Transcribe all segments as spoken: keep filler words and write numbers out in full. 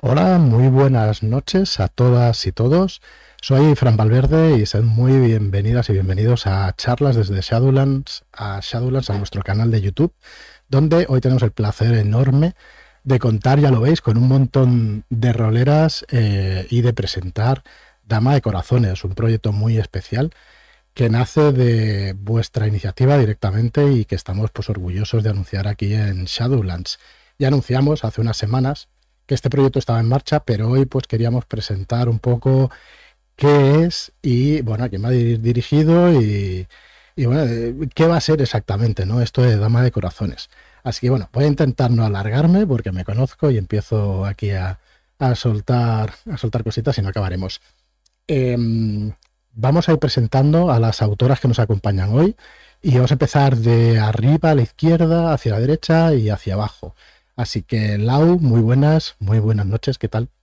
Hola, muy buenas noches a todas y todos. Soy Fran Valverde y sed muy bienvenidas y bienvenidos a charlas desde Shadowlands, a Shadowlands, a nuestro canal de YouTube, donde hoy tenemos el placer enorme de contar, ya lo veis, con un montón de roleras eh, y de presentar Dama de Corazones, un proyecto muy especial que nace de vuestra iniciativa directamente y que estamos pues orgullosos de anunciar aquí en Shadowlands. Ya anunciamos hace unas semanas que este proyecto estaba en marcha, pero hoy pues queríamos presentar un poco qué es y bueno, a quién va a ir dirigido y, y bueno, eh, qué va a ser exactamente, ¿no? Esto de Dama de Corazones. Así que bueno, voy a intentar no alargarme porque me conozco y empiezo aquí a, a soltar a soltar cositas y no acabaremos. Eh, Vamos a ir presentando a las autoras que nos acompañan hoy y vamos a empezar de arriba a la izquierda, hacia la derecha y hacia abajo. Así que Lau, muy buenas, muy buenas noches, ¿qué tal?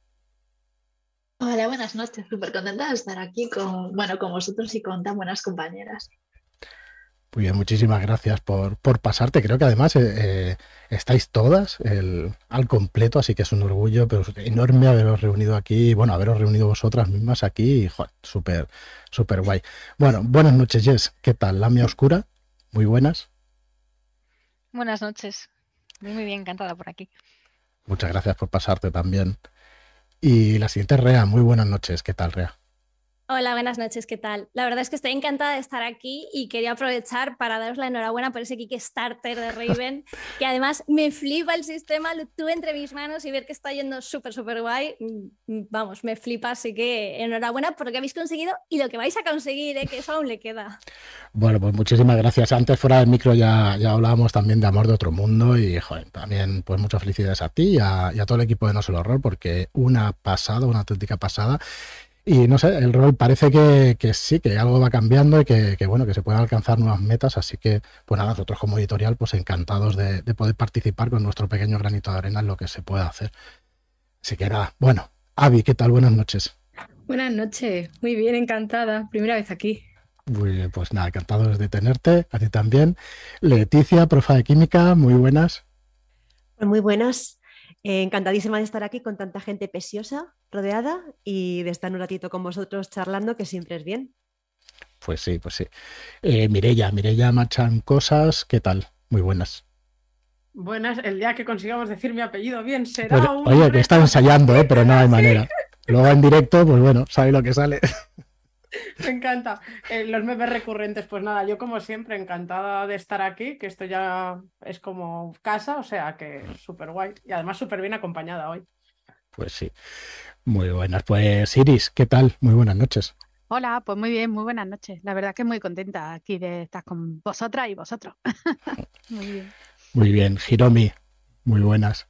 Hola, buenas noches. Súper contenta de estar aquí con, bueno, con vosotros y con tan buenas compañeras. Muy bien, muchísimas gracias por, por pasarte. Creo que además eh, eh, estáis todas el, al completo, así que es un orgullo pero es enorme haberos reunido aquí, bueno, haberos reunido vosotras mismas aquí y joder, súper, súper guay. Bueno, buenas noches, Jess. ¿Qué tal? Lamia Oscura, muy buenas. Buenas noches. Muy, muy bien, encantada por aquí. Muchas gracias por pasarte también. Y la siguiente es Rea, muy buenas noches. ¿Qué tal, Rea? Hola, buenas noches, ¿qué tal? La verdad es que estoy encantada de estar aquí y quería aprovechar para daros la enhorabuena por ese Kickstarter de Raven, que además me flipa el sistema, lo tuve entre mis manos y ver que está yendo súper, súper guay, mm, vamos, me flipa, así que enhorabuena por lo que habéis conseguido y lo que vais a conseguir, ¿eh? Que eso aún le queda. Bueno, pues muchísimas gracias. Antes fuera del micro ya, ya hablábamos también de Amor de Otro Mundo y joder, también pues muchas felicidades a ti y a, y a todo el equipo de No Solo Horror porque una pasada, una auténtica pasada. Y no sé, el rol parece que, que sí, que algo va cambiando y que, que, bueno, que se pueden alcanzar nuevas metas, así que pues nada, nosotros como editorial pues encantados de, de poder participar con nuestro pequeño granito de arena en lo que se pueda hacer. Así que nada, bueno, Avi, ¿qué tal? Buenas noches. Buenas noches, muy bien, encantada. Primera vez aquí. Muy bien, pues nada, encantados de tenerte, a ti también. Leticia, profa de química, muy buenas. Pues muy buenas. Eh, encantadísima de estar aquí con tanta gente preciosa, rodeada y de estar un ratito con vosotros charlando, que siempre es bien. Pues sí, pues sí. Eh, Mireia, Mireia Machan Cosas, ¿qué tal? Muy buenas. Buenas, el día que consigamos decir mi apellido bien Pues, será un oye, que está reto. ensayando, ¿eh? Sí, Pero no ¿verdad? hay Sí, manera. Luego en directo, pues bueno, sabe lo que sale. me encanta. Eh, los memes recurrentes, pues nada, yo como siempre encantada de estar aquí, que esto ya es como casa, o sea que súper guay y además súper bien acompañada hoy. Pues sí, muy buenas. Pues Iris, ¿qué tal? Muy buenas noches. Hola, pues muy bien, muy buenas noches. La verdad que muy contenta aquí de estar con vosotras y vosotros. Muy bien. Muy bien, Hiromi, muy buenas.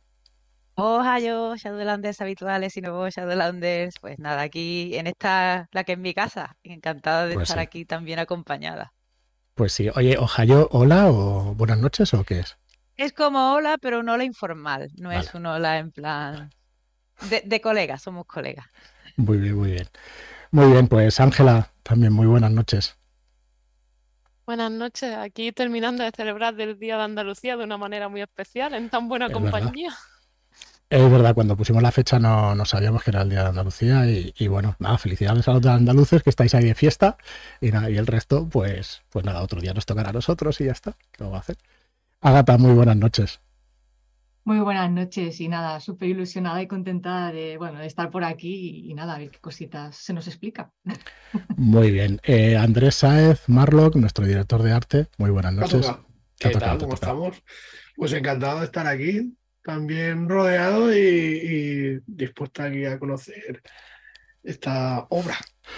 Ohio, Shadowlanders habituales y nuevos Shadowlanders. Pues nada, aquí en esta, la que es mi casa. Encantada de Pues estar sí, aquí también acompañada. pues sí. Oye, Ojalá, hola o buenas noches o qué es. Es como hola, pero un hola informal. No Vale, es un hola en plan de, de colegas, somos colegas. muy bien, muy bien. Muy bien, pues Ángela, también muy buenas noches. Buenas noches, aquí terminando de celebrar el Día de Andalucía de una manera muy especial, en tan buena Es verdad. compañía. Es verdad, cuando pusimos la fecha no, no sabíamos que era el Día de Andalucía y, y bueno, nada, felicidades a los de andaluces que estáis ahí de fiesta y nada, y el resto, pues, pues nada, otro día nos tocará a nosotros y ya está. ¿Qué vamos a hacer? Agata, muy buenas noches. Muy buenas noches y nada, súper ilusionada y contenta de, bueno, de estar por aquí y, y nada, a ver qué cositas se nos explica. Muy bien. Eh, Andrés Sáez, Marlock, nuestro director de arte, muy buenas Me ha noches. tocado. Te ha ¿Qué tocado, tal? te ha ¿Cómo tocado. estamos? Pues encantado de estar aquí, también rodeado y, y dispuesto aquí a conocer esta obra.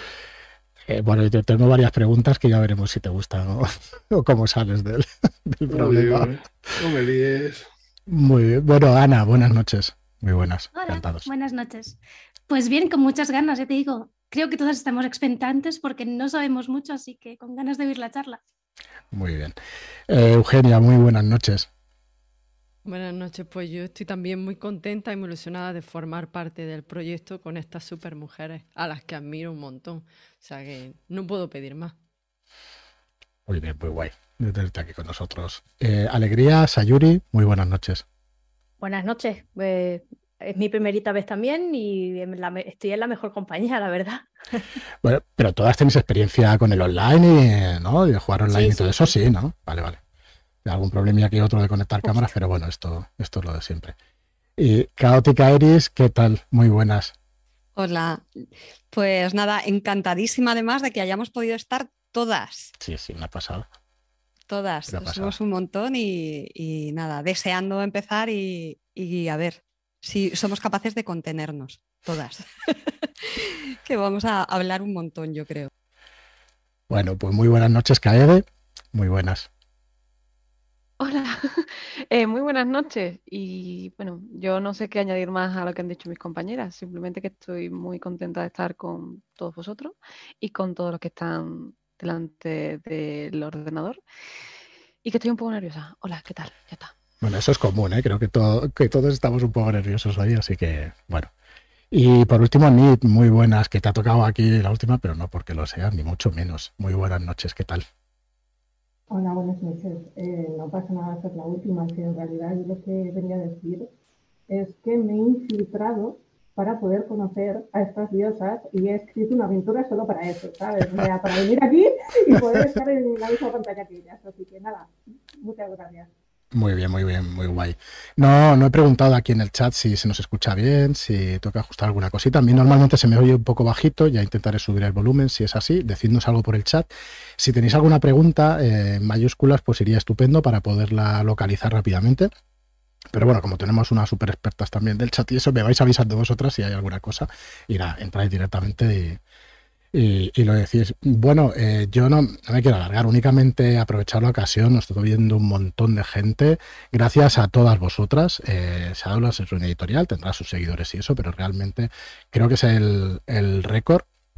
Eh, bueno, yo tengo varias preguntas que ya veremos si te gustan o, o cómo sales del, del Uy, problema. uy, no me líes. Muy bien. Bueno, Ana, buenas noches. Muy buenas, Hola, encantados. buenas noches. Pues bien, con muchas ganas, ya te digo. Creo que todas estamos expectantes porque no sabemos mucho, así que con ganas de oír la charla. Muy bien. Eh, Eugenia, muy buenas noches. Buenas noches, pues yo estoy también muy contenta y muy ilusionada de formar parte del proyecto con estas super mujeres a las que admiro un montón. O sea que no puedo pedir más. Muy bien, muy guay de tenerte aquí con nosotros. Eh, Alegría, Sayuri, muy buenas noches. Buenas noches. Eh, es mi primerita vez también y en la me- estoy en la mejor compañía, la verdad. Bueno, pero todas tenéis experiencia con el online y, ¿no? Y de jugar online Sí, y todo sí, eso, sí. sí, ¿no? Vale, vale. Algún problemilla aquí otro de conectar Uf. cámaras, pero bueno, esto, esto es lo de siempre. Y Caótica Iris, ¿qué tal? Muy buenas. Hola, pues nada, encantadísima además de que hayamos podido estar todas, Sí, sí, me ha pasado. todas, Me ha pasado. somos un montón y, y nada, deseando empezar y, y a ver si somos capaces de contenernos, todas, que vamos a hablar un montón, yo creo. Bueno, pues muy buenas noches, Kaede. Muy buenas. Hola, eh, muy buenas noches. Y bueno, yo no sé qué añadir más a lo que han dicho mis compañeras, simplemente que estoy muy contenta de estar con todos vosotros y con todos los que están delante del ordenador y que estoy un poco nerviosa. Hola, ¿qué tal? Ya está. Bueno, eso es común, ¿eh? Creo que, todo, que todos estamos un poco nerviosos hoy, así que bueno. Y por último, Nit, muy buenas, que te ha tocado aquí la última, pero no porque lo seas, ni mucho menos. Muy buenas noches, ¿qué tal? Hola, buenas noches. Eh, no pasa nada ser la última, si en realidad yo lo que venía a decir es que me he infiltrado para poder conocer a estas diosas y he escrito una aventura solo para eso, ¿sabes? O sea, para venir aquí y poder estar en la misma pantalla que ellas. Así que nada, muchas gracias. Muy bien, muy bien, muy guay. No, no he preguntado aquí en el chat si se nos escucha bien, si tengo que ajustar alguna cosita. A mí normalmente se me oye un poco bajito, ya intentaré subir el volumen si es así. Decidnos algo por el chat. Si tenéis alguna pregunta eh, en mayúsculas, pues sería estupendo para poderla localizar rápidamente. Pero bueno, como tenemos unas super expertas también del chat y eso, me vais avisando vosotras si hay alguna cosa. Y nada, entráis directamente y... Y, y lo decís, bueno, eh, yo no, no me quiero alargar, únicamente aprovechar la ocasión, nos estoy viendo un montón de gente, gracias a todas vosotras. eh, Shadowlands es una editorial, tendrá sus seguidores y eso, pero realmente creo que es el, el récord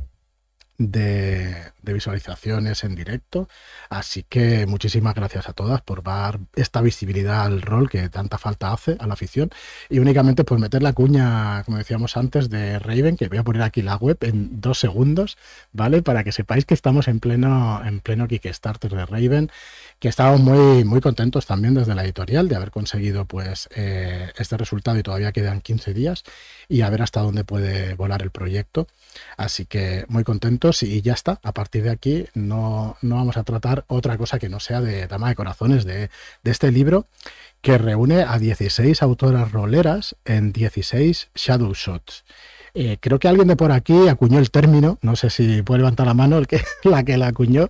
de, de visualizaciones en directo, así que muchísimas gracias a todas por dar esta visibilidad al rol que tanta falta hace a la afición y únicamente pues meter la cuña, como decíamos antes, de Raven, que voy a poner aquí la web en dos segundos, ¿vale? Para que sepáis que estamos en pleno, en pleno Kickstarter de Raven, que estamos muy, muy contentos también desde la editorial de haber conseguido pues eh, este resultado y todavía quedan quince días y a ver hasta dónde puede volar el proyecto. Así que muy contentos y ya está. A partir de aquí no, no vamos a tratar otra cosa que no sea de Dama de Corazones, de, de este libro que reúne a dieciséis autoras roleras en dieciséis Shadow Shots. Eh, creo que alguien de por aquí acuñó el término, no sé si puede levantar la mano el que, la que la acuñó,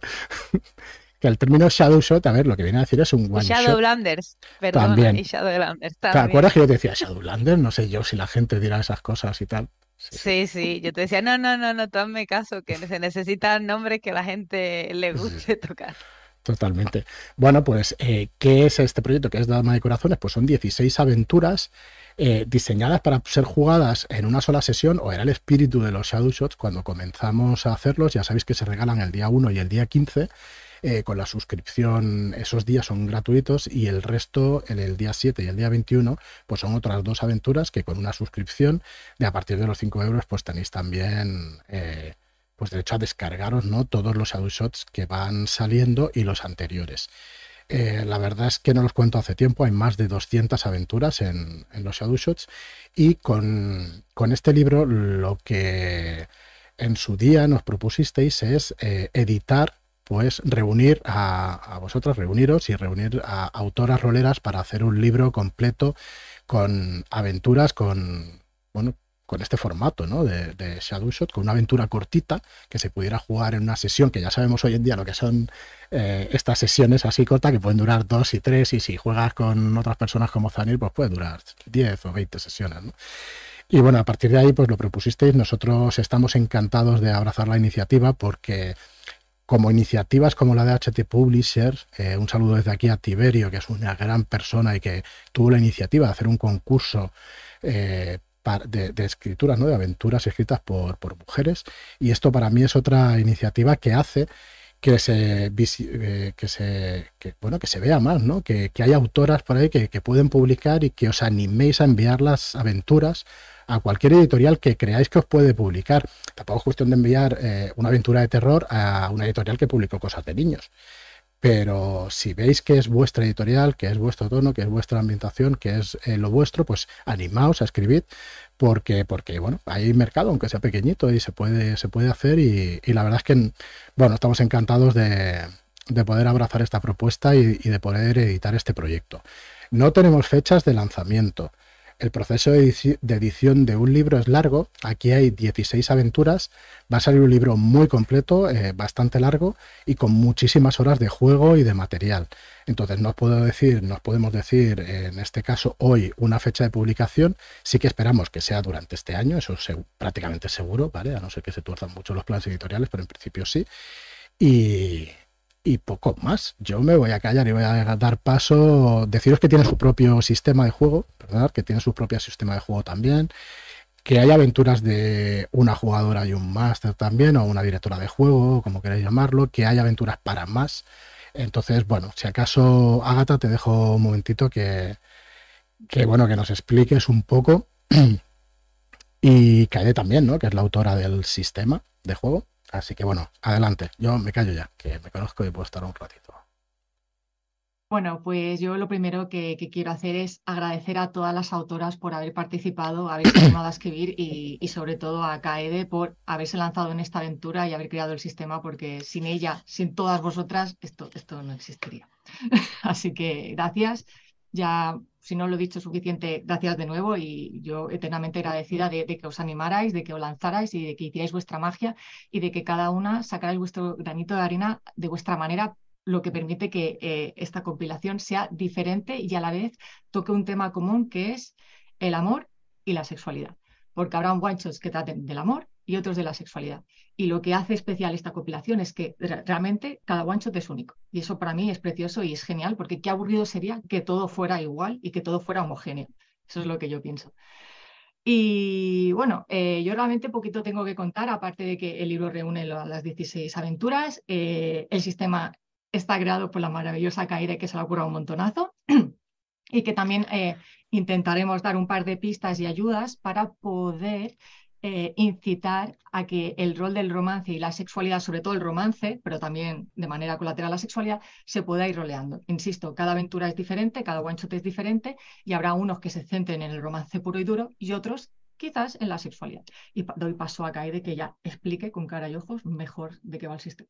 que el término Shadow Shot, a ver, lo que viene a decir es un one Y shot. Shadowlanders, perdona, También. y Shadowlanders ¿Te también. acuerdas que yo te decía Shadowlanders? No sé yo si la gente dirá esas cosas y tal. Sí, sí, yo te decía, no, no, no, no, tú hazme caso, que se necesitan nombres que a la gente le guste tocar. Totalmente. Bueno, pues, eh, ¿qué es este proyecto? ¿Qué es Dama de Corazones? Pues son dieciséis aventuras eh, diseñadas para ser jugadas en una sola sesión, o era el espíritu de los Shadow Shots cuando comenzamos a hacerlos. Ya sabéis que se regalan el día uno y el día quince. Eh, con la suscripción, esos días son gratuitos y el resto, en el día siete y el día veintiuno, pues son otras dos aventuras que con una suscripción de a partir de los cinco euros, pues tenéis también eh, pues derecho a descargaros, ¿no? Todos los Shadow Shots que van saliendo y los anteriores. Eh, la verdad es que no los cuento hace tiempo, hay más de doscientas aventuras en, en los Shadow Shots y con, con este libro lo que en su día nos propusisteis es eh, editar, pues reunir a, a vosotras, reuniros y reunir a autoras roleras para hacer un libro completo con aventuras, con, bueno, con este formato, ¿no? de, de Shadow Shot, con una aventura cortita que se pudiera jugar en una sesión, que ya sabemos hoy en día lo que son eh, estas sesiones así cortas, que pueden durar dos y tres, y si juegas con otras personas como Zanir, pues puede durar diez o veinte sesiones, ¿no? Y bueno, a partir de ahí, pues lo propusisteis. Nosotros estamos encantados de abrazar la iniciativa porque como iniciativas como la de H T Publishers, eh, un saludo desde aquí a Tiberio, que es una gran persona y que tuvo la iniciativa de hacer un concurso eh, de, de escrituras, ¿no? De aventuras escritas por, por mujeres. Y esto para mí es otra iniciativa que hace que se, eh, que se, que, bueno, que se vea más, ¿no? Que, que hay autoras por ahí que, que pueden publicar y que os animéis a enviar las aventuras a cualquier editorial que creáis que os puede publicar. Tampoco es cuestión de enviar eh, una aventura de terror a una editorial que publicó cosas de niños. Pero si veis que es vuestra editorial, que es vuestro tono, que es vuestra ambientación, que es eh, lo vuestro, pues animaos a escribir, porque, porque bueno, hay mercado, aunque sea pequeñito, y se puede, se puede hacer, y, y la verdad es que, bueno, estamos encantados de, de poder abrazar esta propuesta y, y de poder editar este proyecto. No tenemos fechas de lanzamiento. El proceso de edici- de edición de un libro es largo. Aquí hay dieciséis aventuras. Va a salir un libro muy completo, eh, bastante largo y con muchísimas horas de juego y de material. Entonces no os puedo decir, no os podemos decir eh, en este caso hoy una fecha de publicación. Sí que esperamos que sea durante este año, eso es seg- prácticamente seguro, ¿vale? A no ser que se tuerzan mucho los planes editoriales, pero en principio sí. Y, y poco más. Yo me voy a callar y voy a dar paso. Deciros que tiene su propio sistema de juego, ¿verdad? Que tiene su propio sistema de juego también. Que hay aventuras de una jugadora y un máster también, o una directora de juego, como queráis llamarlo. Que hay aventuras para más. Entonces, bueno, si acaso, Ágata, te dejo un momentito que, que bueno, que nos expliques un poco. Y Kaede también, ¿no? Que es la autora del sistema de juego. Así que bueno, adelante. Yo me callo ya, que me conozco y puedo estar un ratito. Bueno, pues yo lo primero que, que quiero hacer es agradecer a todas las autoras por haber participado, haberse animado a escribir y, y sobre todo a Kaede por haberse lanzado en esta aventura y haber creado el sistema, porque sin ella, sin todas vosotras, esto, esto no existiría. Así que gracias. Ya, si no lo he dicho suficiente, gracias de nuevo y yo eternamente agradecida de, de que os animarais, de que os lanzarais y de que hicierais vuestra magia y de que cada una sacarais vuestro granito de arena de vuestra manera, lo que permite que eh, esta compilación sea diferente y a la vez toque un tema común que es el amor y la sexualidad. Porque habrá one-shots que traten del amor y otros de la sexualidad. Y lo que hace especial esta compilación es que re- realmente cada one-shot es único. Y eso para mí es precioso y es genial, porque qué aburrido sería que todo fuera igual y que todo fuera homogéneo. Eso es lo que yo pienso. Y bueno, eh, yo realmente poquito tengo que contar, aparte de que el libro reúne lo- las dieciséis aventuras. Eh, el sistema está creado por la maravillosa Kaede, que se le ocurra un montonazo, y que también eh, intentaremos dar un par de pistas y ayudas para poder eh, incitar a que el rol del romance y la sexualidad, sobre todo el romance, pero también de manera colateral la sexualidad, se pueda ir roleando. Insisto, cada aventura es diferente, cada one shot es diferente y habrá unos que se centren en el romance puro y duro y otros quizás en la sexualidad. Y pa- doy paso a Kaede que ya explique con cara y ojos mejor de qué va el sistema.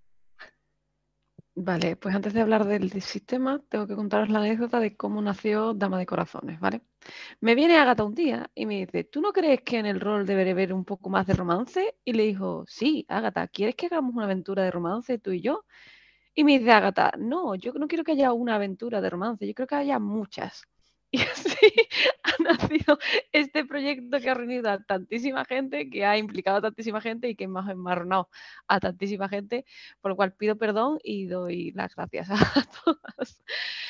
Vale, pues antes de hablar del sistema, tengo que contaros la anécdota de cómo nació Dama de Corazones, ¿vale? Me viene Ágata un día y me dice, ¿tú no crees que en el rol debería haber un poco más de romance? Y le digo, sí, Ágata, ¿quieres que hagamos una aventura de romance tú y yo? Y me dice Ágata, no, yo no quiero que haya una aventura de romance, yo creo que haya muchas. Y así ha nacido este proyecto que ha reunido a tantísima gente, que ha implicado a tantísima gente y que más ha enmarronado a tantísima gente, por lo cual pido perdón y doy las gracias a todas.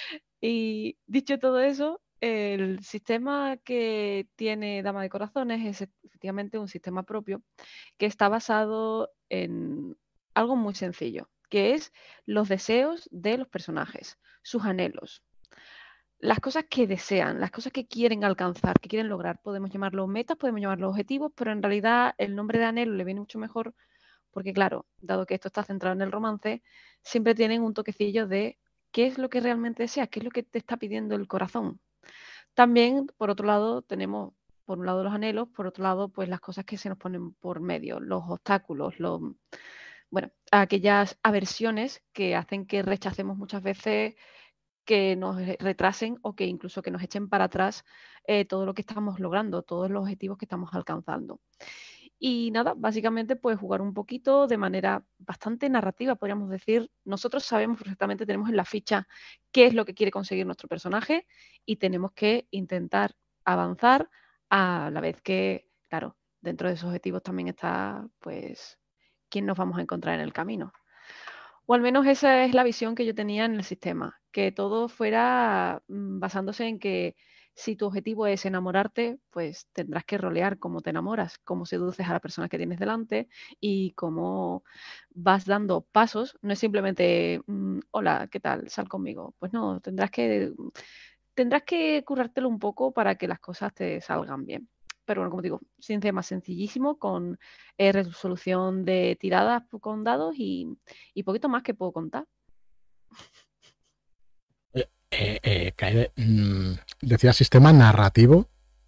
Y dicho todo eso, el sistema que tiene Dama de Corazones es efectivamente un sistema propio que está basado en algo muy sencillo, que es los deseos de los personajes, sus anhelos, las cosas que desean, las cosas que quieren alcanzar, que quieren lograr. Podemos llamarlos metas, podemos llamarlos objetivos, pero en realidad el nombre de anhelo le viene mucho mejor porque, claro, dado que esto está centrado en el romance, siempre tienen un toquecillo de qué es lo que realmente deseas, qué es lo que te está pidiendo el corazón. También, por otro lado, tenemos, por un lado, los anhelos, por otro lado, pues las cosas que se nos ponen por medio, los obstáculos, los, bueno, aquellas aversiones que hacen que rechacemos muchas veces, que nos retrasen o que incluso que nos echen para atrás eh, todo lo que estamos logrando, todos los objetivos que estamos alcanzando. Y nada, básicamente pues jugar un poquito de manera bastante narrativa, podríamos decir. Nosotros sabemos perfectamente, tenemos en la ficha qué es lo que quiere conseguir nuestro personaje y tenemos que intentar avanzar a la vez que, claro, dentro de esos objetivos también está pues quién nos vamos a encontrar en el camino. O al menos esa es la visión que yo tenía en el sistema, que todo fuera mm, basándose en que si tu objetivo es enamorarte, pues tendrás que rolear cómo te enamoras, cómo seduces a la persona que tienes delante y cómo vas dando pasos. No es simplemente, mm, hola, ¿qué tal? Sal conmigo. Pues no, tendrás que, tendrás que currártelo un poco para que las cosas te salgan bien. Pero bueno, como digo, sistema sencillísimo con eh, resolución de tiradas con dados y, y poquito más que puedo contar. Eh, eh, eh, Kaede, mm, decía sistema narrativo.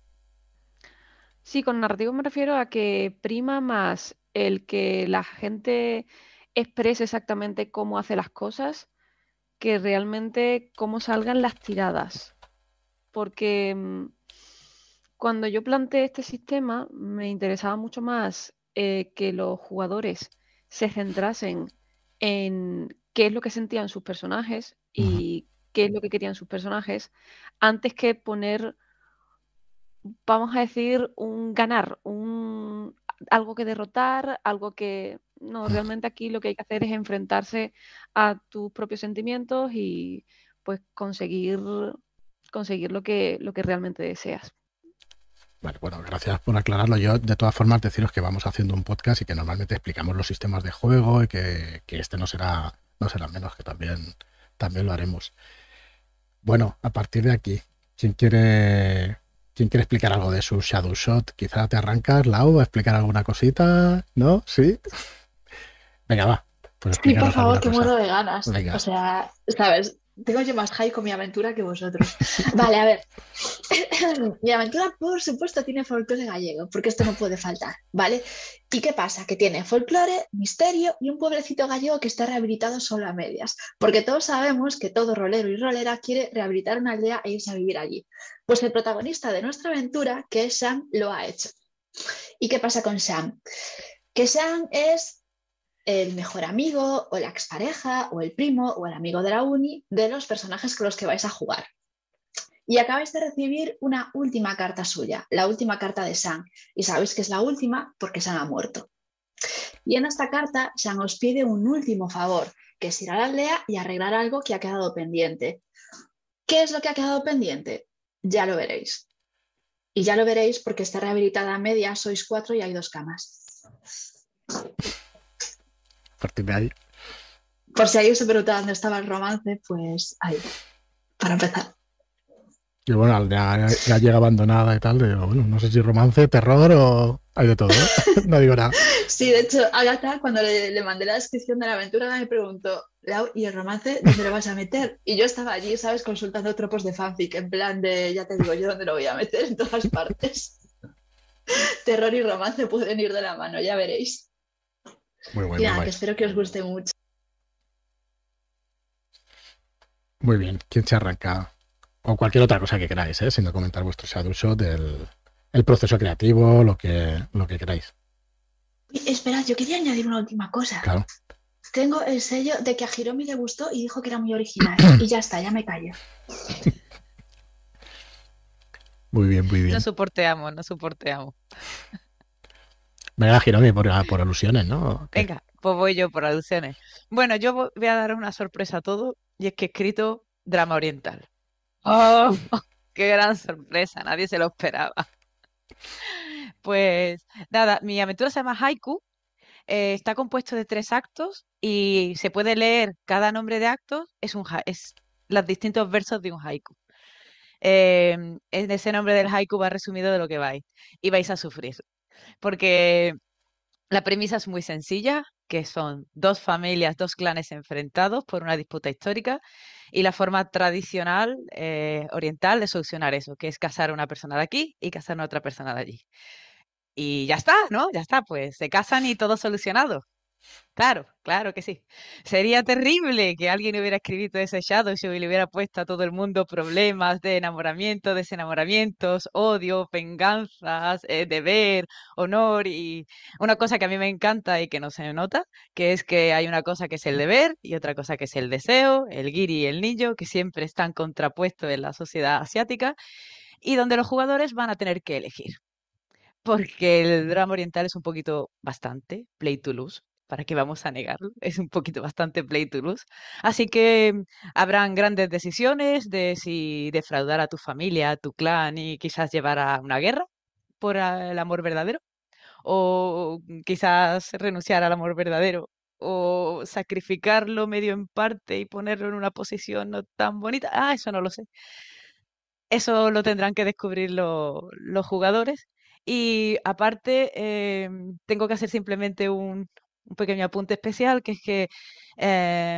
Sí, con narrativo me refiero a que prima más el que la gente exprese exactamente cómo hace las cosas que realmente cómo salgan las tiradas. Porque mm, cuando yo planteé este sistema me interesaba mucho más eh, que los jugadores se centrasen en qué es lo que sentían sus personajes y qué es lo que querían sus personajes antes que poner, vamos a decir, un ganar, un, algo que derrotar, algo que... No, realmente aquí lo que hay que hacer es enfrentarse a tus propios sentimientos y pues conseguir, conseguir lo que, lo que realmente deseas. Vale, bueno, gracias por aclararlo. Yo, de todas formas, deciros que vamos haciendo un podcast y que normalmente explicamos los sistemas de juego y que, que este no será, no será menos, que también, también lo haremos. Bueno, a partir de aquí, ¿quién quiere, quién quiere explicar algo de su Shadow Shot? Quizá te arrancas, Lau, a explicar alguna cosita, ¿no? ¿Sí? Venga, va. Pues Sí, por explícanos favor, alguna que cosa. muero de ganas. Venga. O sea, ¿sabes? Tengo yo más high con mi aventura que vosotros. Vale, a ver. Mi aventura, por supuesto, tiene folclore gallego, porque esto no puede faltar, ¿vale? ¿Y qué pasa? Que tiene folclore, misterio y un pueblecito gallego que está rehabilitado solo a medias, porque todos sabemos que todo rolero y rolera quiere rehabilitar una aldea e irse a vivir allí. Pues el protagonista de nuestra aventura, que es Sam, lo ha hecho. ¿Y qué pasa con Sam? Que Sam es el mejor amigo o la expareja o el primo o el amigo de la uni de los personajes con los que vais a jugar. Y acabáis de recibir una última carta suya, la última carta de Sam. Y sabéis que es la última porque Sam ha muerto. Y en esta carta Sam os pide un último favor, que es ir a la aldea y arreglar algo que ha quedado pendiente. ¿Qué es lo que ha quedado pendiente? Ya lo veréis. Y ya lo veréis porque está rehabilitada a media, sois cuatro y hay dos camas. A partir de ahí. Por si alguien se preguntaba dónde estaba el romance, pues ahí, para empezar. Y bueno, aldea gallega abandonada y tal, digo, bueno, no sé si romance, terror o hay de todo, ¿no? No digo nada. Sí, de hecho, Agatha, cuando le, le mandé la descripción de la aventura, me preguntó, Lau, ¿y el romance dónde lo vas a meter? Y yo estaba allí, ¿sabes? Consultando tropos de fanfic, en plan de, ya te digo yo dónde lo voy a meter, en todas partes. Terror y romance pueden ir de la mano, ya veréis. Muy bueno, Y nada, muy que guay. espero que os guste mucho. Muy bien, ¿quién se arranca? O cualquier otra cosa que queráis, ¿eh? Sin comentar vuestro Shadow Shot, el, el proceso creativo, lo que, lo que queráis. Y, esperad, yo quería añadir una última cosa. Claro. Tengo el sello de que a Hiromi le gustó y dijo que era muy original. Y ya está, ya me callo. Muy bien, muy bien. No soporteamos, no soporteamos. Venga, Hiromi, por, por alusiones, ¿no? ¿Qué? Venga, pues voy yo por alusiones. Bueno, yo vo- voy a dar una sorpresa a todo y es que he escrito drama oriental. ¡Oh! ¡Qué gran sorpresa! Nadie se lo esperaba. Pues nada, mi aventura se llama Haiku. Eh, está compuesto de tres actos y se puede leer cada nombre de actos, es un ha- es los distintos versos de un haiku. Eh, en ese nombre del haiku va resumido de lo que vais y vais a sufrir. Porque la premisa es muy sencilla, que son dos familias, dos clanes enfrentados por una disputa histórica y la forma tradicional eh, oriental de solucionar eso, que es casar a una persona de aquí y casar a otra persona de allí. Y ya está, ¿no? Ya está, pues se casan y todo solucionado. Claro, claro que sí. Sería terrible que alguien hubiera escrito ese Shadow Show y le hubiera puesto a todo el mundo problemas de enamoramiento, desenamoramientos, odio, venganzas, eh, deber, honor y una cosa que a mí me encanta y que no se nota, que es que hay una cosa que es el deber y otra cosa que es el deseo, el giri y el ninjo, que siempre están contrapuestos en la sociedad asiática y donde los jugadores van a tener que elegir. Porque el drama oriental es un poquito bastante play to lose. ¿Para qué vamos a negarlo? Es un poquito bastante play to lose. Así que mm, habrán grandes decisiones de si defraudar a tu familia, a tu clan y quizás llevar a una guerra por ah, el amor verdadero. O quizás renunciar al amor verdadero. O sacrificarlo medio en parte y ponerlo en una posición no tan bonita. Ah, eso no lo sé. Eso lo tendrán que descubrir lo- los jugadores. Y aparte, em, tengo que hacer simplemente un, un pequeño apunte especial, que es que em,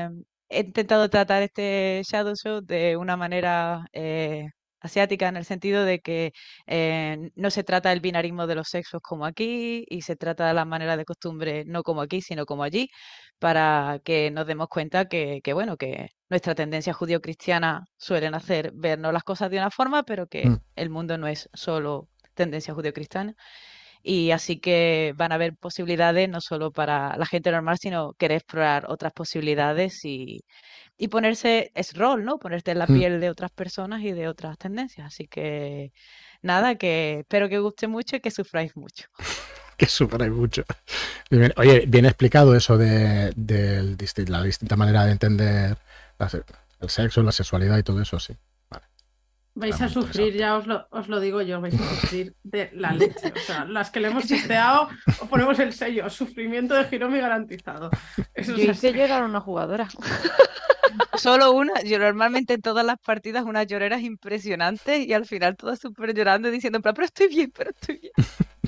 he intentado tratar este Shadow Show de una manera eh, asiática, en el sentido de que eh, no se trata del binarismo de los sexos como aquí, y se trata de la manera de costumbre no como aquí, sino como allí, para que nos demos cuenta que, que, bueno, que nuestra tendencia judío-cristiana suelen hacer vernos las cosas de una forma, pero que Mm. el mundo no es solo tendencia judío-cristiana. Y así que van a haber posibilidades no solo para la gente normal, sino querer explorar otras posibilidades y, y ponerse, es rol, ¿no? Ponerte en la Mm. piel de otras personas y de otras tendencias. Así que nada, que espero que guste mucho y que sufráis mucho. Que sufráis mucho. Bien, oye, bien explicado eso de, del disti- la distinta manera de entender la se- el sexo, la sexualidad y todo eso, sí. Vais Está a muy sufrir, ya os lo, os lo digo yo, vais a sufrir de la leche. O sea, las que le hemos testeado, os ponemos el sello, sufrimiento de Hiromi garantizado. Eso Yo es hice así. llorar a una jugadora. Solo una, yo normalmente en todas las partidas unas lloreras impresionantes y al final todas súper llorando y diciendo, en plan, pero estoy bien, pero estoy bien.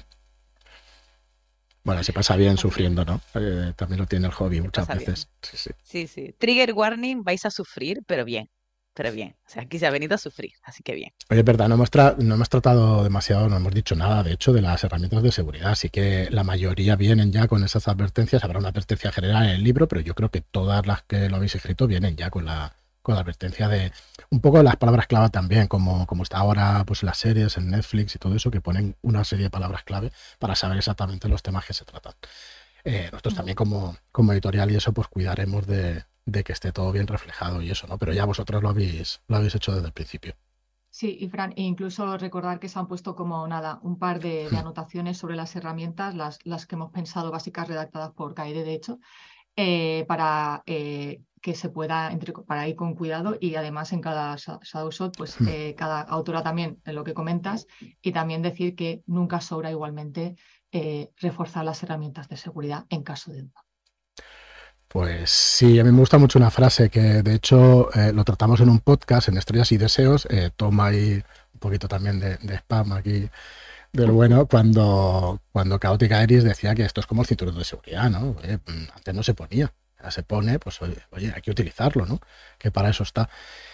Bueno, se pasa bien sufriendo, ¿no? Eh, también lo tiene el hobby muchas pasa bien. veces. Sí, sí. Sí, sí. Trigger warning, vais a sufrir, pero bien. Pero bien. O sea, aquí se ha venido a sufrir, así que bien. Oye, es verdad, no hemos, tra- no hemos tratado demasiado, no hemos dicho nada, de hecho, de las herramientas de seguridad. Así que la mayoría vienen ya con esas advertencias. Habrá una advertencia general en el libro, pero yo creo que todas las que lo habéis escrito vienen ya con la, con la advertencia de un poco las palabras clave también, como, como está ahora pues las series en Netflix y todo eso, que ponen una serie de palabras clave para saber exactamente los temas que se tratan. Eh, nosotros también como, como editorial y eso, pues cuidaremos de, de que esté todo bien reflejado y eso, ¿no? Pero ya vosotros lo habéis, lo habéis hecho desde el principio. Sí, y Fran, e incluso recordar que se han puesto como nada, un par de, de Hmm. anotaciones sobre las herramientas, las, las que hemos pensado básicas redactadas por Kaede, de hecho, eh, para eh, que se pueda entre, para ir con cuidado, y además en cada Sha- Shadow Shot, pues Hmm. eh, cada autora también en lo que comentas, y también decir que nunca sobra igualmente eh, reforzar las herramientas de seguridad en caso de duda. Pues sí, a mí me gusta mucho una frase que de hecho eh, lo tratamos en un podcast en Estrellas y Deseos. Eh, toma ahí un poquito también de, de spam aquí del bueno, cuando, cuando Caótica Eris decía que esto es como el cinturón de seguridad, ¿no? Oye, mm, antes no se ponía, ahora se pone, pues oye, oye, hay que utilizarlo, ¿no? Que para eso está.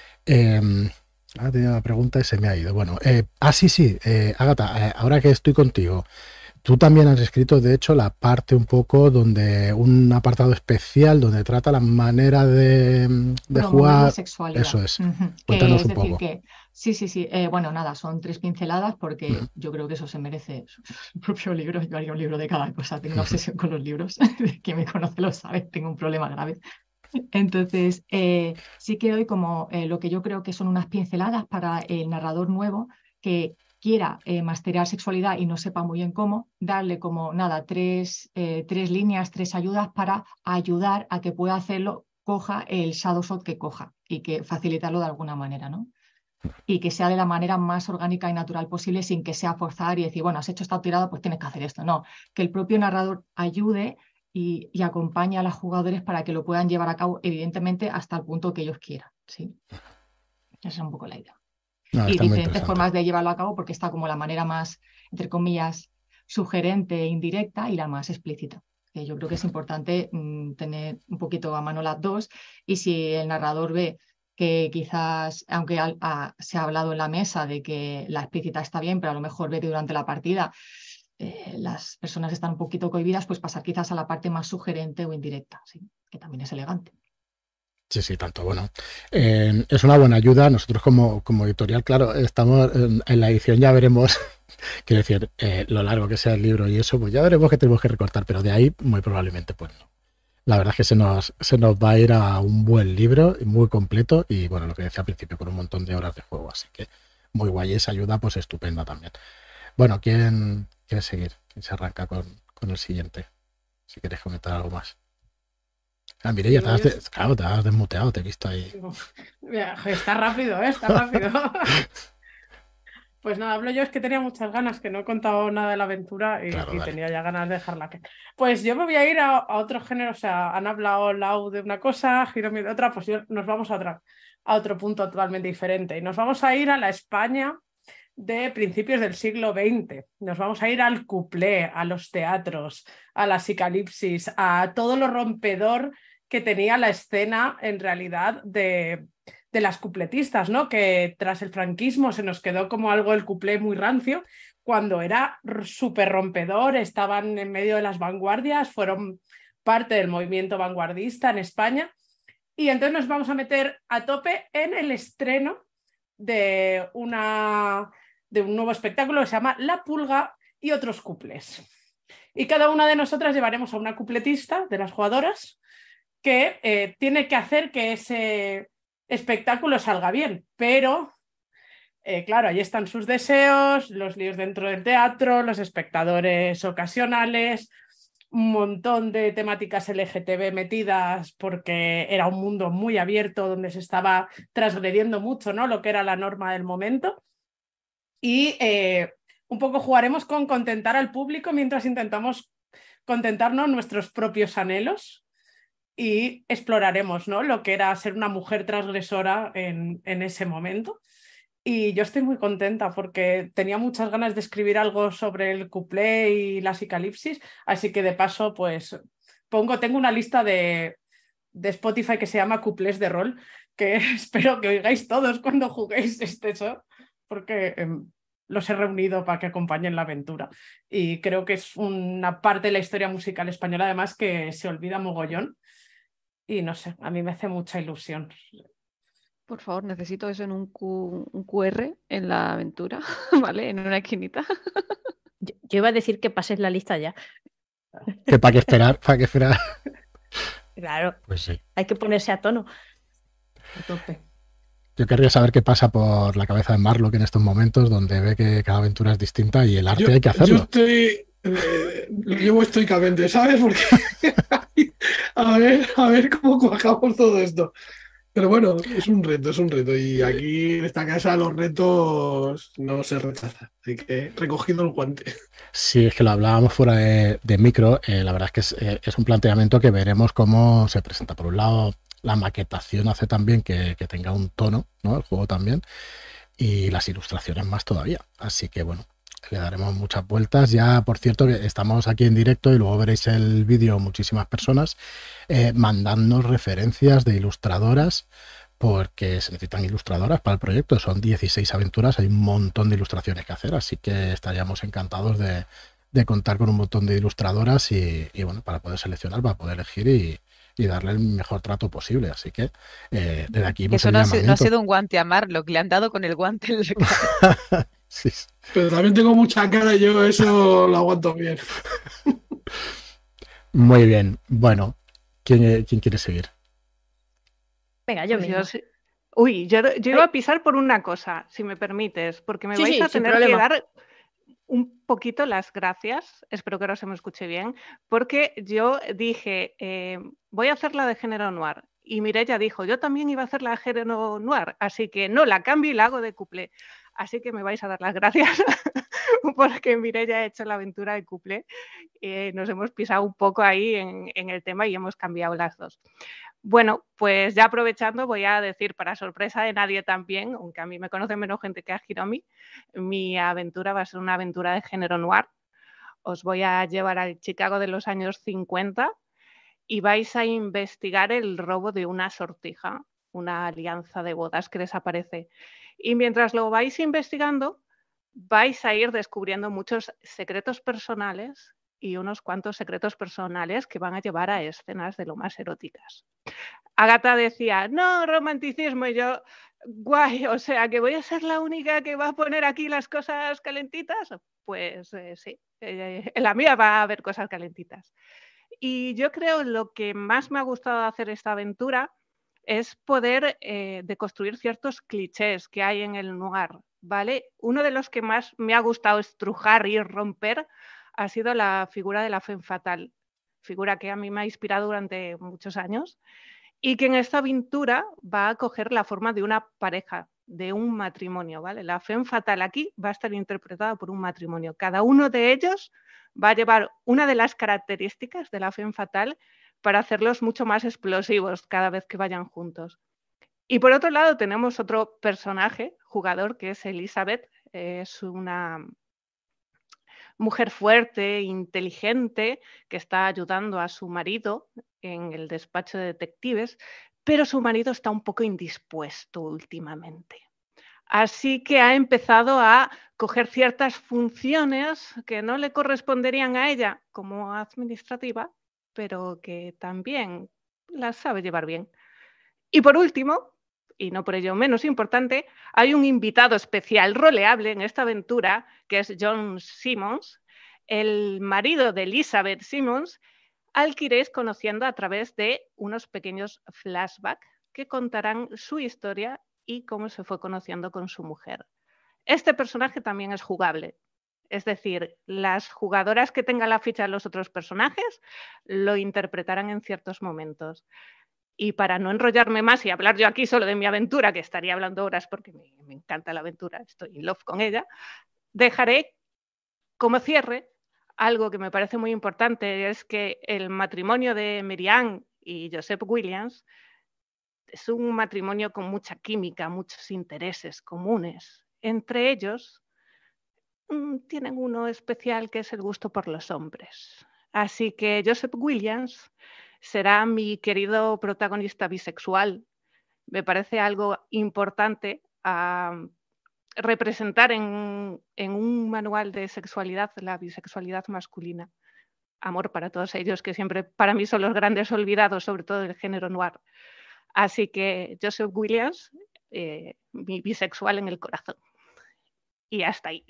Eh, ah, tenía una pregunta y se me ha ido. Bueno, eh, ah, sí, sí, eh, Ágata, eh, ahora que estoy contigo. Tú también has escrito, de hecho, la parte un poco donde un apartado especial donde trata la manera de, de Promover la jugar. sexualidad. Eso es. Ujú. Que Cuéntanos es un decir, poco. que sí, sí, sí. eh, bueno, nada, son tres pinceladas porque Ujú. yo creo que eso se merece su, su propio libro. Yo haría un libro de cada cosa. Tengo una Ujú. obsesión con los libros. Quien me conoce lo sabe, tengo un problema grave. Entonces, eh, sí que doy como eh, lo que yo creo que son unas pinceladas para el narrador nuevo que quiera eh, masterear sexualidad y no sepa muy bien cómo, darle como nada, tres, eh, tres líneas, tres ayudas para ayudar a que pueda hacerlo, coja el shadow shot que coja y que facilitarlo de alguna manera, ¿no? Y que sea de la manera más orgánica y natural posible sin que sea forzar y decir, bueno, has hecho esta tirada, pues tienes que hacer esto. No, que el propio narrador ayude y, y acompañe a los jugadores para que lo puedan llevar a cabo, evidentemente, hasta el punto que ellos quieran. ¿Sí? Esa es un poco la idea. No, Y está muy diferentes interesante. formas de llevarlo a cabo porque está como la manera más, entre comillas, sugerente e indirecta y la más explícita. Que yo creo que es importante mm, tener un poquito a mano las dos, y si el narrador ve que quizás, aunque al- a- se ha hablado en la mesa de que la explícita está bien, pero a lo mejor ve que durante la partida eh, las personas están un poquito cohibidas, pues pasar quizás a la parte más sugerente o indirecta, ¿sí? Que también es elegante. Sí, sí, tanto. Bueno, eh, es una buena ayuda. Nosotros como, como editorial, claro, estamos en, en la edición, ya veremos, quiero decir, eh, lo largo que sea el libro y eso, pues ya veremos que tenemos que recortar, pero de ahí muy probablemente pues no. La verdad es que se nos, se nos va a ir a un buen libro, muy completo y bueno, lo que decía al principio, con un montón de horas de juego, así que muy guay, esa ayuda pues estupenda también. Bueno, ¿quién quiere seguir? ¿Quién se arranca con, con el siguiente? Si quieres comentar algo más. Ah, Mireia, te Digo, has, yo de- claro, te has desmuteado, te he visto ahí. digo, mira, está rápido, ¿eh? Está rápido. Pues nada, hablo yo, es que tenía muchas ganas, que no he contado nada de la aventura y, Claro, y dale. tenía ya ganas de dejarla aquí. Pues yo me voy a ir a, a otro género, o sea, han hablado Lau de una cosa, Hiromi de otra, pues yo, nos vamos a, otra, a otro punto totalmente diferente. Y nos vamos a ir a la España de principios del siglo veinte. Nos vamos a ir al cuplé, a los teatros, a la psicalipsis, a todo lo rompedor que tenía la escena en realidad de, de las cupletistas, ¿no? Que tras el franquismo se nos quedó como algo el cuplé muy rancio, cuando era súper rompedor, estaban en medio de las vanguardias, fueron parte del movimiento vanguardista en España. Y entonces nos vamos a meter a tope en el estreno de, una, de un nuevo espectáculo que se llama La Pulga y otros cuplés. Y cada una de nosotras llevaremos a una cupletista de las jugadoras que eh, tiene que hacer que ese espectáculo salga bien, pero eh, claro, ahí están sus deseos, los líos dentro del teatro, los espectadores ocasionales, un montón de temáticas L G T B metidas porque era un mundo muy abierto donde se estaba transgrediendo mucho, ¿no? Lo que era la norma del momento. Y eh, un poco jugaremos con contentar al público mientras intentamos contentarnos nuestros propios anhelos y exploraremos, ¿no? Lo que era ser una mujer transgresora en, en ese momento. Y yo estoy muy contenta porque tenía muchas ganas de escribir algo sobre el cuplé y la psicalipsis, así que de paso pues pongo, tengo una lista de, de Spotify que se llama Cuplés de Rol, que espero que oigáis todos cuando juguéis este show, porque eh, los he reunido para que acompañen la aventura. Y creo que es una parte de la historia musical española además que se olvida mogollón y no sé, a mí me hace mucha ilusión. Por favor, necesito eso en un, Q, un Q R en la aventura, ¿vale? En una esquinita. Yo, yo iba a decir que pases la lista ya. Que para qué esperar, para qué esperar. Claro, pues sí. Hay que ponerse a tono. A tope. Yo querría saber qué pasa por la cabeza de Marlock en estos momentos, donde ve que cada aventura es distinta y el arte yo, hay que hacerlo. Yo estoy, eh, lo llevo estoicamente, ¿sabes? Porque a ver, a ver cómo cuajamos todo esto. Pero bueno, es un reto, es un reto. Y aquí en esta casa los retos no se rechazan. Así que recogido el guante. Sí, es que lo hablábamos fuera de, de micro. Eh, la verdad es que es, eh, es un planteamiento que veremos cómo se presenta. Por un lado, la maquetación hace también que, que tenga un tono, ¿no? El juego también. Y las ilustraciones más todavía. Así que bueno, le daremos muchas vueltas. Ya, por cierto, que estamos aquí en directo y luego veréis el vídeo muchísimas personas eh, mandándonos referencias de ilustradoras porque se necesitan ilustradoras para el proyecto. Son dieciséis aventuras, hay un montón de ilustraciones que hacer, así que estaríamos encantados de, de contar con un montón de ilustradoras y, y bueno, para poder seleccionar, para poder elegir y, y darle el mejor trato posible. Así que eh, desde aquí... Eso no ha, sido, no ha sido un guante a Marlock, le han dado con el guante en la cara. Sí. Pero también tengo mucha cara y yo eso lo aguanto bien. Muy bien. Bueno, ¿quién, quién quiere seguir? Venga, yo Pues mismo. yo sí. Uy, yo, yo iba a pisar por una cosa, si me permites, porque me Sí, vais sí, a sin tener que problema. dar un poquito las gracias, espero que ahora se me escuche bien, porque yo dije, eh, voy a hacer la de género noir, y Mireia dijo, yo también iba a hacer la de género noir, así que no, la cambio y la hago de cuplé. Así que me vais a dar las gracias porque Mireia ha hecho la aventura de cuplé. Eh, nos hemos pisado un poco ahí en, en el tema y hemos cambiado las dos. Bueno, pues ya aprovechando voy a decir, para sorpresa de nadie también, aunque a mí me conoce menos gente que a Hiromi, mi aventura va a ser una aventura de género noir. Os voy a llevar al Chicago de los años cincuenta y vais a investigar el robo de una sortija, una alianza de bodas que desaparece. Y mientras lo vais investigando, vais a ir descubriendo muchos secretos personales y unos cuantos secretos personales que van a llevar a escenas de lo más eróticas. Agatha decía, no, romanticismo, y yo, guay, o sea, que voy a ser la única que va a poner aquí las cosas calentitas. Pues eh, sí, eh, en la mía va a haber cosas calentitas. Y yo creo lo que más me ha gustado hacer esta aventura es poder eh, deconstruir ciertos clichés que hay en el noir, ¿vale? Uno de los que más me ha gustado estrujar y romper ha sido la figura de la femme fatale, figura que a mí me ha inspirado durante muchos años y que en esta aventura va a coger la forma de una pareja, de un matrimonio, ¿vale? La femme fatale aquí va a estar interpretada por un matrimonio. Cada uno de ellos va a llevar una de las características de la femme fatale para hacerlos mucho más explosivos cada vez que vayan juntos. Y por otro lado tenemos otro personaje, jugador, que es Elizabeth, es una, mujer fuerte, inteligente, que está ayudando a su marido en el despacho de detectives, pero su marido está un poco indispuesto últimamente. Así que ha empezado a coger ciertas funciones que no le corresponderían a ella como administrativa, pero que también las sabe llevar bien. Y por último, y no por ello menos importante, hay un invitado especial roleable en esta aventura, que es John Simmons, el marido de Elizabeth Simmons, al que iréis conociendo a través de unos pequeños flashbacks que contarán su historia y cómo se fue conociendo con su mujer. Este personaje también es jugable, es decir, las jugadoras que tengan la ficha de los otros personajes lo interpretarán en ciertos momentos. Y para no enrollarme más y hablar yo aquí solo de mi aventura, que estaría hablando horas porque me, me encanta la aventura, estoy in love con ella, dejaré como cierre algo que me parece muy importante, es que el matrimonio de Mary-Ann y Joseph Williams es un matrimonio con mucha química, muchos intereses comunes. Entre ellos mmm, tienen uno especial que es el gusto por los hombres. Así que Joseph Williams será mi querido protagonista bisexual. Me parece algo importante a representar en, en un manual de sexualidad, la bisexualidad masculina. Amor para todos ellos, que siempre para mí son los grandes olvidados, sobre todo del género noir. Así que Joseph Williams, eh, mi bisexual en el corazón. Y hasta ahí.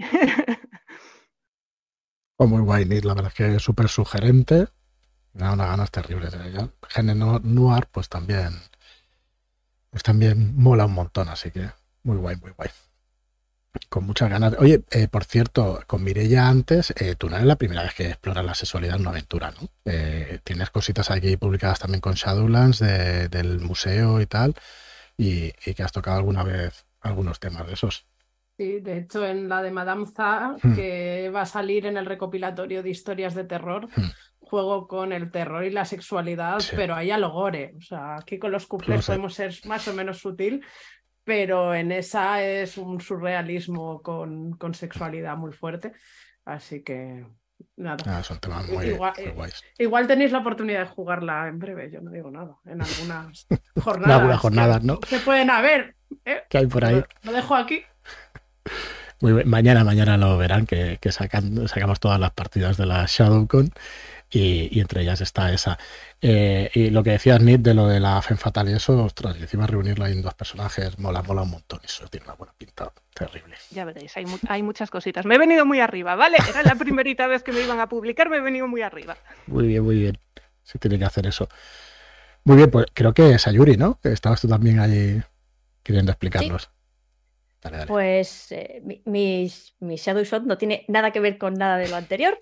Oh, muy guay, Nid, la verdad es que es súper sugerente. Me da unas ganas terribles de ella. Género noir, pues también, pues también mola un montón, así que muy guay, muy guay. Con muchas ganas. Oye, eh, por cierto, con Mireia antes, eh, tú no eres la primera vez que exploras la sexualidad en una aventura, ¿no? Eh, tienes cositas aquí publicadas también con Shadowlands, de, del museo y tal, y, y que has tocado alguna vez algunos temas de esos. Sí, de hecho en la de Madame Za, Hmm. que va a salir en el recopilatorio de historias de terror, Hmm. juego con el terror y la sexualidad, Sí. pero ahí a lo gore. O sea, aquí con los cuplés Lo sé. podemos ser más o menos sutil, pero en esa es un surrealismo con, con sexualidad muy fuerte. Así que nada. Ah, son temas muy, igual, muy guays. igual tenéis la oportunidad de jugarla en breve, yo no digo nada, en algunas En jornadas. algunas jornadas, que, ¿no? que pueden haber. ¿eh? ¿Qué hay por ahí? Lo, lo dejo aquí. Muy bien. Mañana, mañana lo verán, que, que sacan, sacamos todas las partidas de la ShadowCon y, y entre ellas está esa. Eh, y lo que decías, Nid, de lo de la Femme Fatale y eso, ostras, y encima reunirlo ahí en dos personajes, mola, mola un montón. Eso tiene una buena pinta terrible. Ya veréis, hay, mu hay muchas cositas. Me he venido muy arriba, ¿vale? Era la primerita vez que me iban a publicar, me he venido muy arriba. Muy bien, muy bien. Se tiene que hacer eso. Muy bien, pues creo que es Sayuri, ¿no? Que estabas tú también allí queriendo explicarnos. Sí. Dale, dale. Pues eh, mi, mi, mi Shadow Shot no tiene nada que ver con nada de lo anterior,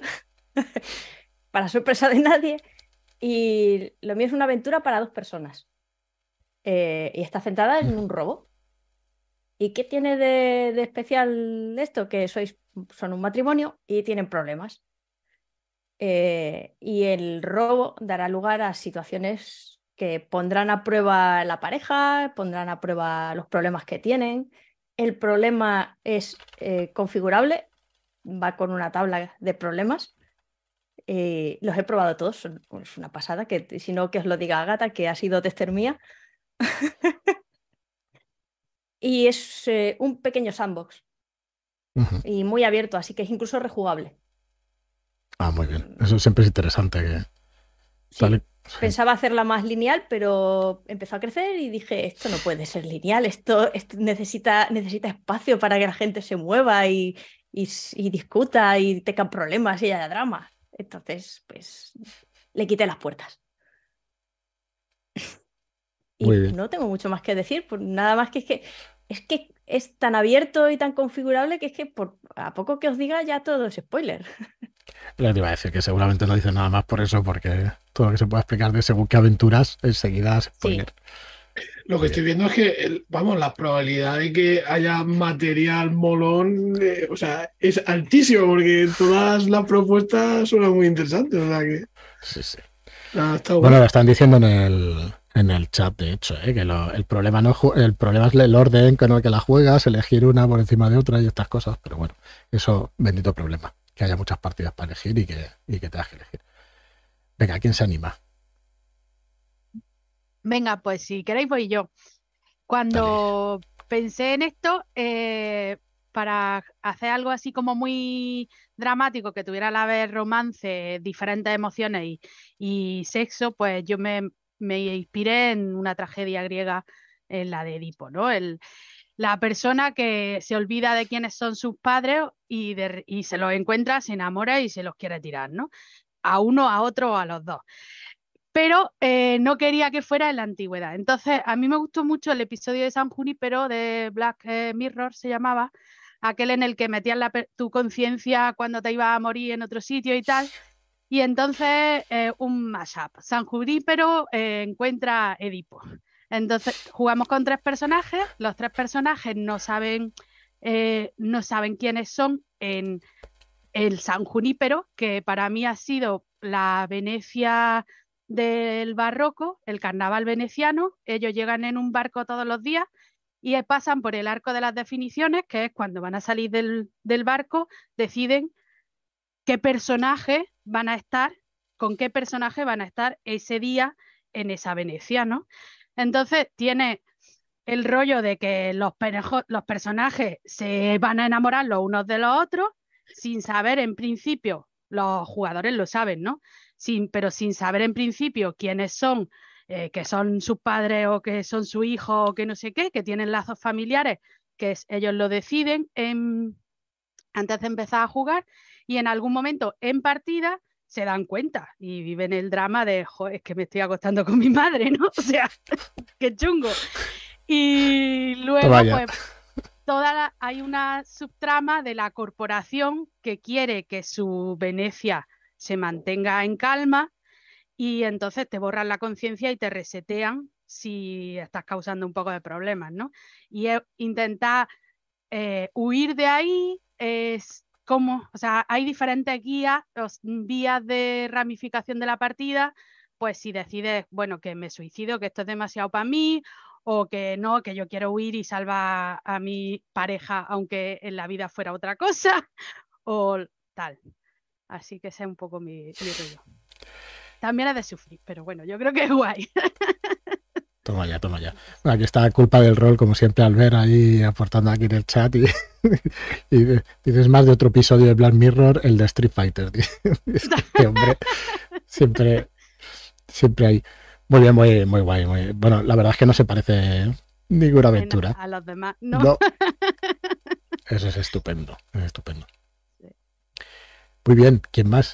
para sorpresa de nadie. Y lo mío es una aventura para dos personas. Eh, y está centrada en un robo. ¿Y qué tiene de, de especial esto? Que sois, son un matrimonio y tienen problemas. Eh, y el robo dará lugar a situaciones que pondrán a prueba la pareja, pondrán a prueba los problemas que tienen. El problema es eh, configurable, va con una tabla de problemas. Eh, los he probado todos, son, es una pasada, que si no que os lo diga Agatha, que ha sido tester mía. Y es eh, un pequeño sandbox Uh-huh. y muy abierto, así que es incluso rejugable. Ah, muy bien. Eso siempre es interesante. Que... Sí. Tal... Sí. Pensaba hacerla más lineal, pero empezó a crecer y dije, esto no puede ser lineal, esto, esto necesita, necesita espacio para que la gente se mueva y, y, y discuta y tenga problemas y haya drama. Entonces, pues, le quité las puertas. Y Muy bien. no tengo mucho más que decir, pues nada más que es que es que es tan abierto y tan configurable que es que por a poco que os diga ya todo es spoiler. Le iba a decir que seguramente no dice nada más por eso, porque todo lo que se pueda explicar de según qué aventuras enseguida es spoiler. Sí. Lo que estoy viendo es que, el, vamos, la probabilidad de que haya material molón, eh, o sea, es altísimo, porque todas las propuestas suenan muy interesantes, o sea que... Sí, sí. Ah, está bueno, bueno. lo están diciendo en el, en el chat, de hecho, ¿eh? Que lo, el problema no el problema es el orden con el que la juegas, elegir una por encima de otra y estas cosas, pero bueno, eso, bendito problema. que haya muchas partidas para elegir y que, y que tengas que elegir. Venga, ¿quién se anima? Venga, pues si queréis voy yo. Cuando Dale. pensé en esto, eh, para hacer algo así como muy dramático, que tuviera a la vez romance, diferentes emociones y, y sexo, pues yo me, me inspiré en una tragedia griega, en la de Edipo, ¿no? El, la persona que se olvida de quiénes son sus padres y, de, y se los encuentra, se enamora y se los quiere tirar, ¿no? A uno, a otro o a los dos. Pero eh, no quería que fuera en la antigüedad. Entonces, a mí me gustó mucho el episodio de San Junípero de Black eh, Mirror, se llamaba, aquel en el que metías la, tu conciencia cuando te ibas a morir en otro sitio y tal. Y entonces, eh, un mashup. San Junípero eh, encuentra a Edipo. Entonces, jugamos con tres personajes. Los tres personajes no saben, eh, no saben quiénes son en el San Junípero, que para mí ha sido la Venecia del barroco, el carnaval veneciano. Ellos llegan en un barco todos los días y pasan por el arco de las definiciones, que es cuando van a salir del, del barco, deciden qué personajes van a estar, con qué personaje van a estar ese día en esa Venecia, ¿no? Entonces tiene el rollo de que los, los personajes se van a enamorar los unos de los otros, sin saber en principio, los jugadores lo saben, ¿no? Sin, pero sin saber en principio quiénes son, eh, que son sus padres o que son su hijo o que no sé qué, que tienen lazos familiares, que es, ellos lo deciden en, antes de empezar a jugar, y en algún momento en partida se dan cuenta y viven el drama de, joder, es que me estoy acostando con mi madre, ¿no? O sea, qué chungo. Y luego, Vaya. pues, toda la, hay una subtrama de la corporación que quiere que su Venecia se mantenga en calma y entonces te borran la conciencia y te resetean si estás causando un poco de problemas, ¿no? Y es intentar eh, huir de ahí, es como, o sea, hay diferentes guías, vías de ramificación de la partida, pues si decides, bueno, que me suicido, que esto es demasiado para mí, o que no, que yo quiero huir y salvar a mi pareja aunque en la vida fuera otra cosa, o tal. Así que ese es un poco mi, mi rollo. También es de sufrir, pero bueno, yo creo que es guay. Toma ya, toma ya. Bueno, aquí está Culpa del Rol, como siempre, al ver ahí aportando aquí en el chat. Y, y dices más de otro episodio de Black Mirror, el de Street Fighter. Es que este hombre siempre, siempre hay. Muy bien, muy, muy guay. Muy... Bueno, la verdad es que no se parece ninguna aventura. A los demás, no. no. Eso es estupendo, es estupendo. Sí. Muy bien, ¿quién más?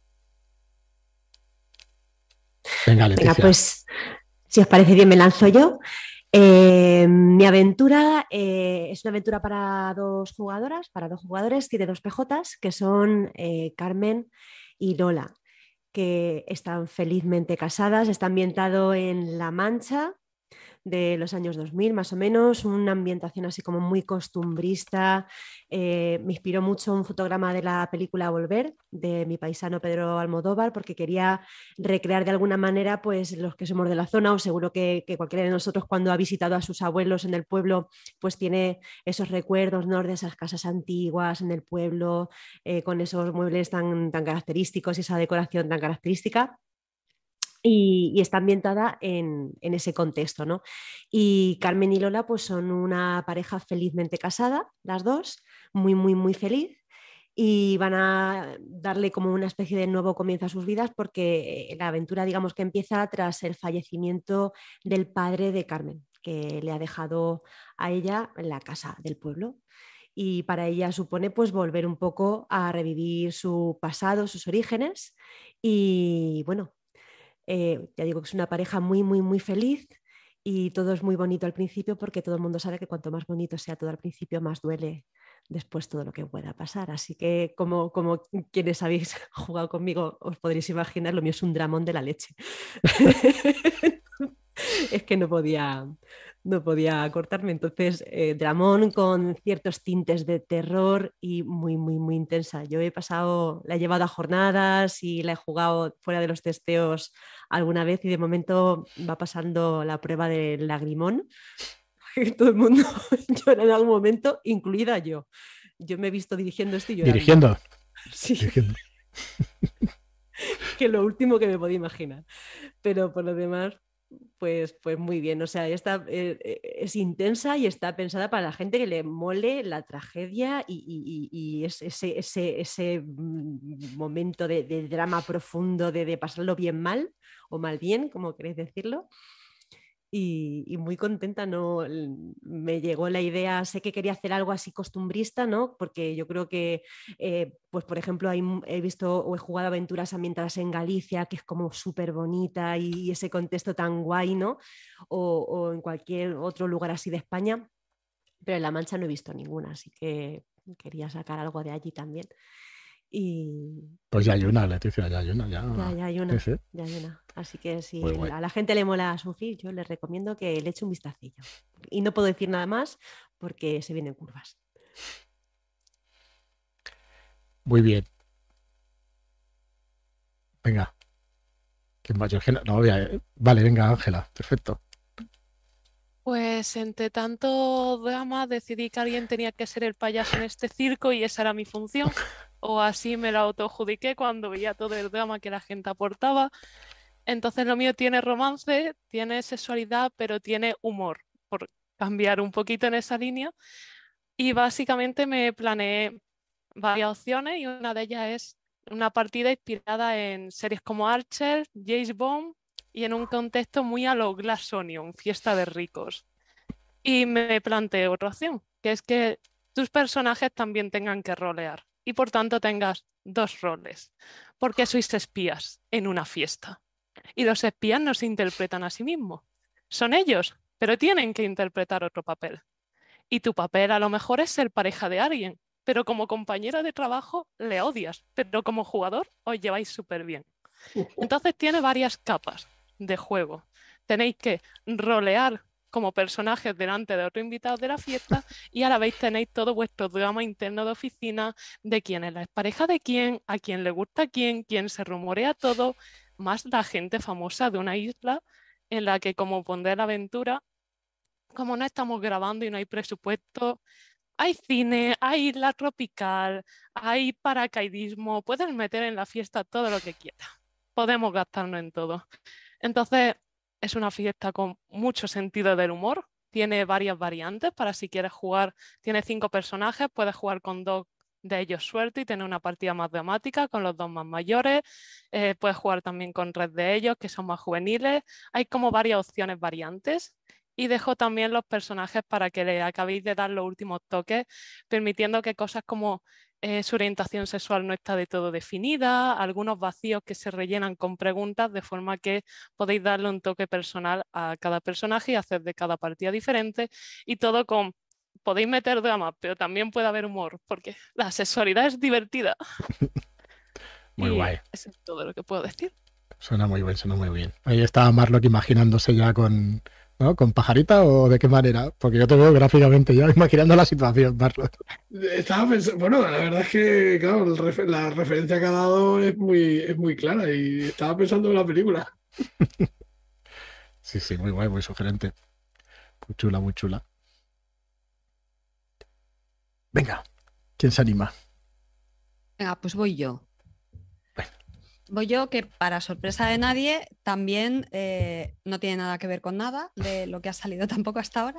Venga, Leticia. Venga, pues, si os parece bien, me lanzo yo. Eh, mi aventura eh, es una aventura para dos jugadoras, para dos jugadores, tiene dos P Jotas, que son eh, Carmen y Lola, que están felizmente casadas. Está ambientado en La Mancha de los años dos mil, más o menos, una ambientación así como muy costumbrista. Eh, me inspiró mucho un fotograma de la película Volver, de mi paisano Pedro Almodóvar, porque quería recrear de alguna manera pues los que somos de la zona, o seguro que, que cualquiera de nosotros cuando ha visitado a sus abuelos en el pueblo pues tiene esos recuerdos, ¿no?, de esas casas antiguas en el pueblo, eh, con esos muebles tan, tan característicos y esa decoración tan característica. Y, y está ambientada en, en ese contexto, ¿no? Y Carmen y Lola pues son una pareja felizmente casada, las dos, muy, muy, muy feliz, y van a darle como una especie de nuevo comienzo a sus vidas, porque la aventura, digamos, que empieza tras el fallecimiento del padre de Carmen, que le ha dejado a ella en la casa del pueblo. Y para ella supone pues volver un poco a revivir su pasado, sus orígenes, y bueno, Eh, ya digo que es una pareja muy, muy, muy feliz, y todo es muy bonito al principio, porque todo el mundo sabe que cuanto más bonito sea todo al principio, más duele después todo lo que pueda pasar. Así que como, como quienes habéis jugado conmigo os podréis imaginar, lo mío es un dramón de la leche. Es que no podía, no podía cortarme. Entonces, eh, dramón con ciertos tintes de terror y muy, muy, muy intensa. Yo he pasado, la he llevado a jornadas y la he jugado fuera de los testeos alguna vez, y de momento va pasando la prueba del lagrimón. Todo el mundo llora en algún momento, incluida yo. Yo me he visto dirigiendo esto y llorando. ¿Dirigiendo? Sí. Diciendo. Que lo último que me podía imaginar. Pero por lo demás, pues, pues muy bien. O sea, esta, eh, eh, es intensa y está pensada para la gente que le mole la tragedia y, y- y- y es- ese, ese, ese mm, momento de, de drama profundo, de, de pasarlo bien mal o mal bien, como queréis decirlo. Y, y muy contenta, ¿no? L- Me llegó la idea, sé que quería hacer algo así costumbrista, ¿no? Porque yo creo que, eh, pues por ejemplo, hay, m- he visto o he jugado aventuras ambientadas en Galicia, que es como súper bonita y, y ese contexto tan guay, ¿no? O, o en cualquier otro lugar así de España, pero en La Mancha no he visto ninguna, así que quería sacar algo de allí también. Y, Pues y ya hay pues una, Leticia, ya hay una, ya. ya, ya hay Sí, una, sí. ya hay una. Así que si Muy guay. a la gente le mola Sufi, yo les recomiendo que le eche un vistacillo. Y no puedo decir nada más porque se vienen curvas. Muy bien. Venga. ¿Quién va? Yo es que no, no voy a- Vale, venga, Ángela. Perfecto. Pues entre tanto drama decidí que alguien tenía que ser el payaso en este circo y esa era mi función. O así me la autoadjudiqué cuando veía todo el drama que la gente aportaba. Entonces lo mío tiene romance, tiene sexualidad, pero tiene humor, por cambiar un poquito en esa línea. Y básicamente me planeé varias opciones y una de ellas es una partida inspirada en series como Archer, James Bond y en un contexto muy a lo Glass Onion, fiesta de ricos. Y me planteé otra opción, que es que tus personajes también tengan que rolear y por tanto tengas dos roles, porque sois espías en una fiesta. Y los espías no se interpretan a sí mismos, son ellos, pero tienen que interpretar otro papel. Y tu papel a lo mejor es ser pareja de alguien, pero como compañera de trabajo le odias, pero como jugador os lleváis súper bien. Entonces tiene varias capas de juego. Tenéis que rolear como personajes delante de otros invitados de la fiesta y a la vez tenéis todo vuestro drama interno de oficina de quién es la pareja de quién, a quién le gusta a quién, quién se rumorea todo, más la gente famosa de una isla en la que, como pondré la aventura, como no estamos grabando y no hay presupuesto, hay cine, hay isla tropical, hay paracaidismo, puedes meter en la fiesta todo lo que quieras. Podemos gastarnos en todo. Entonces, es una fiesta con mucho sentido del humor. Tiene varias variantes para si quieres jugar. Tiene cinco personajes, puedes jugar con dos de ellos suerte y tener una partida más dramática con los dos más mayores. Eh, puedes jugar también con tres de ellos que son más juveniles. Hay como varias opciones variantes. Y dejo también los personajes para que le acabéis de dar los últimos toques, permitiendo que cosas como eh, su orientación sexual no está de todo definida, algunos vacíos que se rellenan con preguntas, de forma que podéis darle un toque personal a cada personaje y hacer de cada partida diferente, y todo con, podéis meter drama, pero también puede haber humor, porque la sexualidad es divertida. Muy Y guay. eso es todo lo que puedo decir. Suena muy bien, suena muy bien. Ahí estaba Marlock imaginándose ya con, ¿no? ¿Con pajarita o de qué manera? Porque yo te veo gráficamente ya imaginando la situación, Marlock. Estaba pensando, bueno, la verdad es que, claro, el refer- la referencia que ha dado es muy, es muy clara y estaba pensando en la película. Sí, sí, muy guay, muy sugerente. Muy chula, muy chula. Venga, ¿quién se anima? Venga, pues voy yo. Voy yo, que para sorpresa de nadie, también eh, no tiene nada que ver con nada de lo que ha salido tampoco hasta ahora.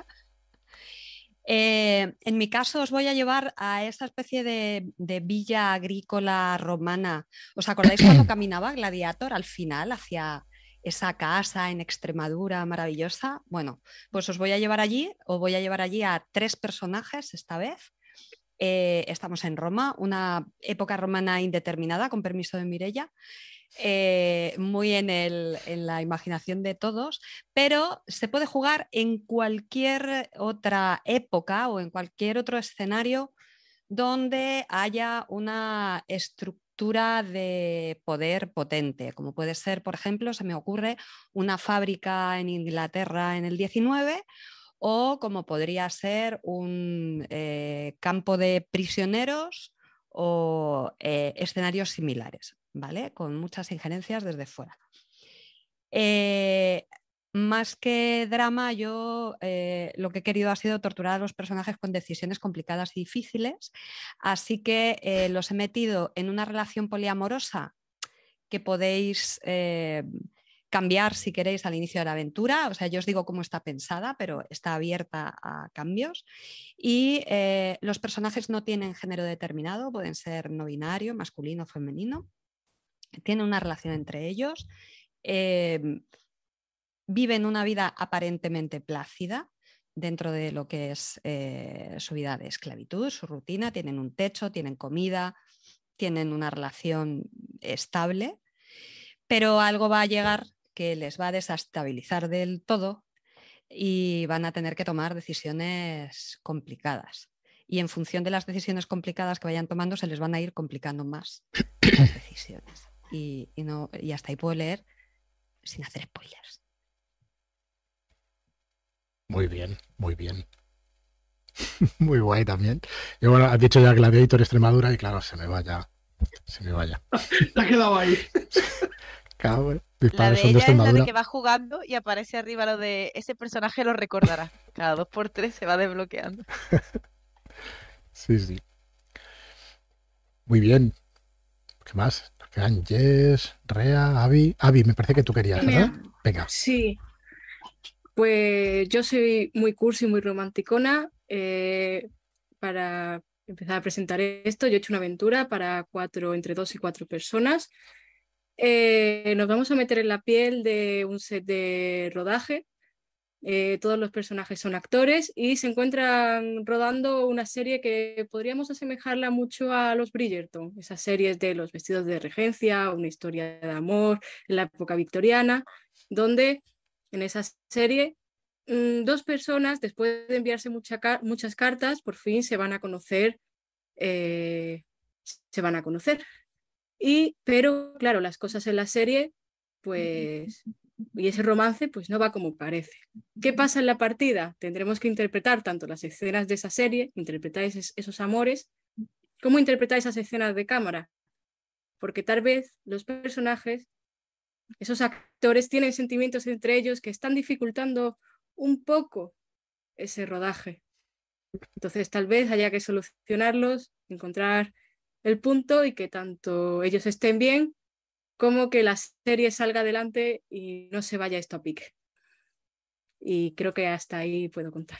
Eh, en mi caso os voy a llevar a esta especie de, de villa agrícola romana. ¿Os acordáis cuando caminaba Gladiator al final hacia esa casa en Extremadura maravillosa? Bueno, pues os voy a llevar allí, os voy a llevar allí a tres personajes esta vez. Eh, estamos en Roma, una época romana indeterminada, con permiso de Mireia. Eh, muy en, el, en la imaginación de todos, pero se puede jugar en cualquier otra época o en cualquier otro escenario donde haya una estructura de poder potente, como puede ser, por ejemplo, se me ocurre una fábrica en Inglaterra en el diecinueve, o como podría ser un eh, campo de prisioneros o eh, escenarios similares, ¿vale? Con muchas injerencias desde fuera. Eh, más que drama, yo eh, lo que he querido ha sido torturar a los personajes con decisiones complicadas y difíciles, así que eh, los he metido en una relación poliamorosa que podéis eh, cambiar si queréis al inicio de la aventura. O sea, yo os digo cómo está pensada, pero está abierta a cambios. Y eh, los personajes no tienen género determinado, pueden ser no binario, masculino o femenino. Tienen una relación entre ellos. Eh, viven una vida aparentemente plácida dentro de lo que es eh, su vida de esclavitud, su rutina. Tienen un techo, tienen comida, tienen una relación estable, pero algo va a llegar que les va a desestabilizar del todo y van a tener que tomar decisiones complicadas. Y en función de las decisiones complicadas que vayan tomando, se les van a ir complicando más las decisiones. Y, y, no, y hasta ahí puedo leer sin hacer spoilers. Muy bien, muy bien. Muy guay también. Y bueno, has dicho ya Gladiator Extremadura y claro, se me vaya. Se me vaya. Se ha quedado ahí. Cago, mis La padres de son de ella es la Extremadura. de que va jugando y aparece arriba lo de ese personaje lo recordará. Cada dos por tres se va desbloqueando. Sí, sí. Muy bien. ¿Qué más? Nos quedan Jess, Rea, Avi. Avi, me parece que tú querías, ¿verdad? Venga. Sí, pues yo soy muy cursi, muy romanticona. Eh, para empezar a presentar esto, yo he hecho una aventura para cuatro, entre dos y cuatro personas. Eh, nos vamos a meter en la piel de un set de rodaje. Eh, todos los personajes son actores y se encuentran rodando una serie que podríamos asemejarla mucho a los Bridgerton, esas series de los vestidos de regencia, una historia de amor en la época victoriana, donde en esa serie mmm, dos personas, después de enviarse mucha car muchas cartas, por fin se van a conocer, eh, se van a conocer. Y, pero claro, las cosas en la serie, pues, y ese romance, pues no va como parece. ¿Qué pasa en la partida? Tendremos que interpretar tanto las escenas de esa serie, interpretar esos, esos amores, como interpretar esas escenas de cámara. Porque tal vez los personajes, esos actores, tienen sentimientos entre ellos que están dificultando un poco ese rodaje. Entonces, tal vez haya que solucionarlos, encontrar el punto y que tanto ellos estén bien como que la serie salga adelante y no se vaya esto a pique. Y creo que hasta ahí puedo contar.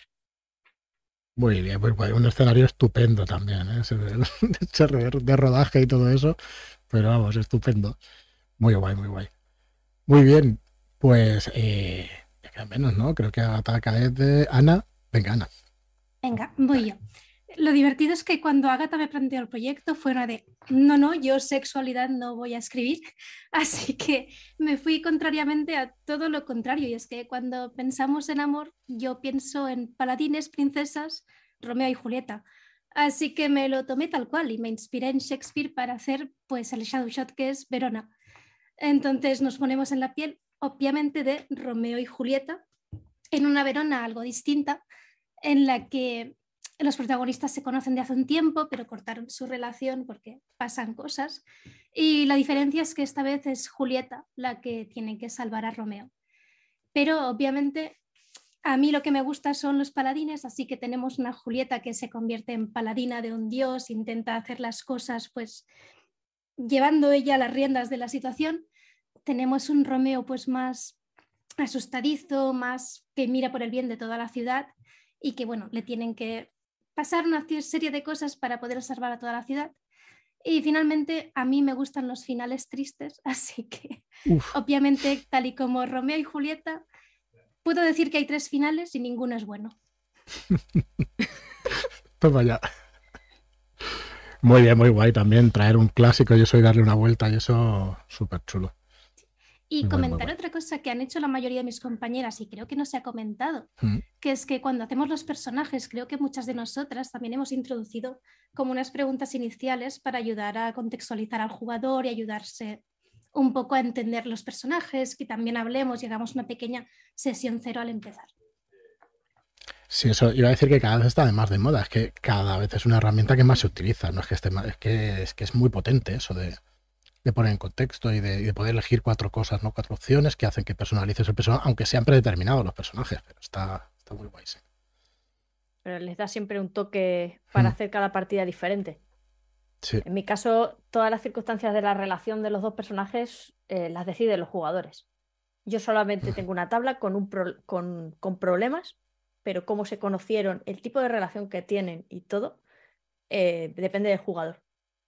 Muy bien, pues bueno, un escenario estupendo también, ¿eh? Ese de, de, de rodaje y todo eso, pero vamos, estupendo. Muy guay, muy guay. Muy bien, pues eh, ya quedan menos, ¿no? Creo que Agatha es de Ana. Venga, Ana. Venga, voy yo. Lo divertido es que cuando Agatha me planteó el proyecto fue una de, no, no, yo sexualidad no voy a escribir, así que me fui contrariamente a todo lo contrario, y es que cuando pensamos en amor, yo pienso en paladines, princesas, Romeo y Julieta, así que me lo tomé tal cual y me inspiré en Shakespeare para hacer pues el Shadow Shot, que es Verona. Entonces nos ponemos en la piel, obviamente, de Romeo y Julieta, en una Verona algo distinta, en la que los protagonistas se conocen de hace un tiempo, pero cortaron su relación porque pasan cosas. Y la diferencia es que esta vez es Julieta la que tiene que salvar a Romeo. Pero obviamente a mí lo que me gusta son los paladines, así que tenemos una Julieta que se convierte en paladina de un dios, intenta hacer las cosas pues llevando ella las riendas de la situación. Tenemos un Romeo pues más asustadizo, más que mira por el bien de toda la ciudad y que bueno, le tienen que pasar una serie de cosas para poder salvar a toda la ciudad. Y finalmente a mí me gustan los finales tristes, así que Uf. obviamente tal y como Romeo y Julieta, puedo decir que hay tres finales y ninguno es bueno. Toma ya. Muy bien, muy guay también traer un clásico y eso y darle una vuelta y eso súper chulo. Y Muy comentar bueno, muy otra cosa que han hecho la mayoría de mis compañeras y creo que no se ha comentado, Mm. que es que cuando hacemos los personajes, creo que muchas de nosotras también hemos introducido como unas preguntas iniciales para ayudar a contextualizar al jugador y ayudarse un poco a entender los personajes, que también hablemos y hagamos una pequeña sesión cero al empezar. Sí, eso iba a decir que cada vez está de más de moda, es que cada vez es una herramienta que más se utiliza, no es que esté más, es que es que es muy potente eso de, de poner en contexto y de, y de poder elegir cuatro cosas, ¿no? Cuatro opciones que hacen que personalices el personaje, aunque sean predeterminados los personajes, pero está, está muy guay, sí. Pero les da siempre un toque para Mm. hacer cada partida diferente. Sí. En mi caso, todas las circunstancias de la relación de los dos personajes eh, las deciden los jugadores. Yo solamente tengo una tabla con, un pro- con, con problemas, pero cómo se conocieron, el tipo de relación que tienen y todo, eh, depende del jugador.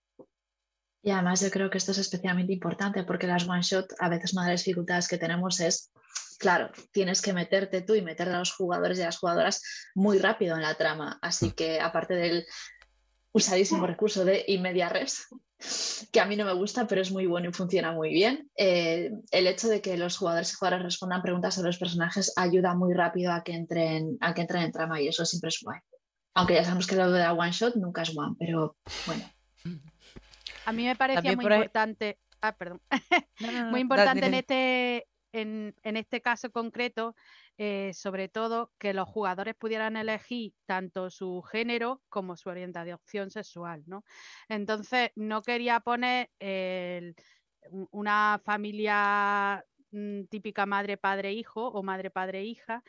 Y además yo creo que esto es especialmente importante porque las one shot, a veces una de las dificultades que tenemos es, claro, tienes que meterte tú y meter a los jugadores y a las jugadoras muy rápido en la trama. Así que aparte del usadísimo recurso de in media res, que a mí no me gusta, pero es muy bueno y funciona muy bien, eh, el hecho de que los jugadores y jugadoras respondan preguntas sobre los personajes ayuda muy rápido a que entren, a que entren en trama y eso siempre es guay. Aunque ya sabemos que lo de la one shot nunca es one, pero bueno. A mí me parecía También muy por ahí- importante, ah, perdón, No, no, no, muy da- importante en dime. este, en, en este caso concreto, eh, sobre todo que los jugadores pudieran elegir tanto su género como su orientación sexual, ¿no? Entonces, no quería poner el- un- una familia mm, típica madre, padre, hijo o madre, padre, hija,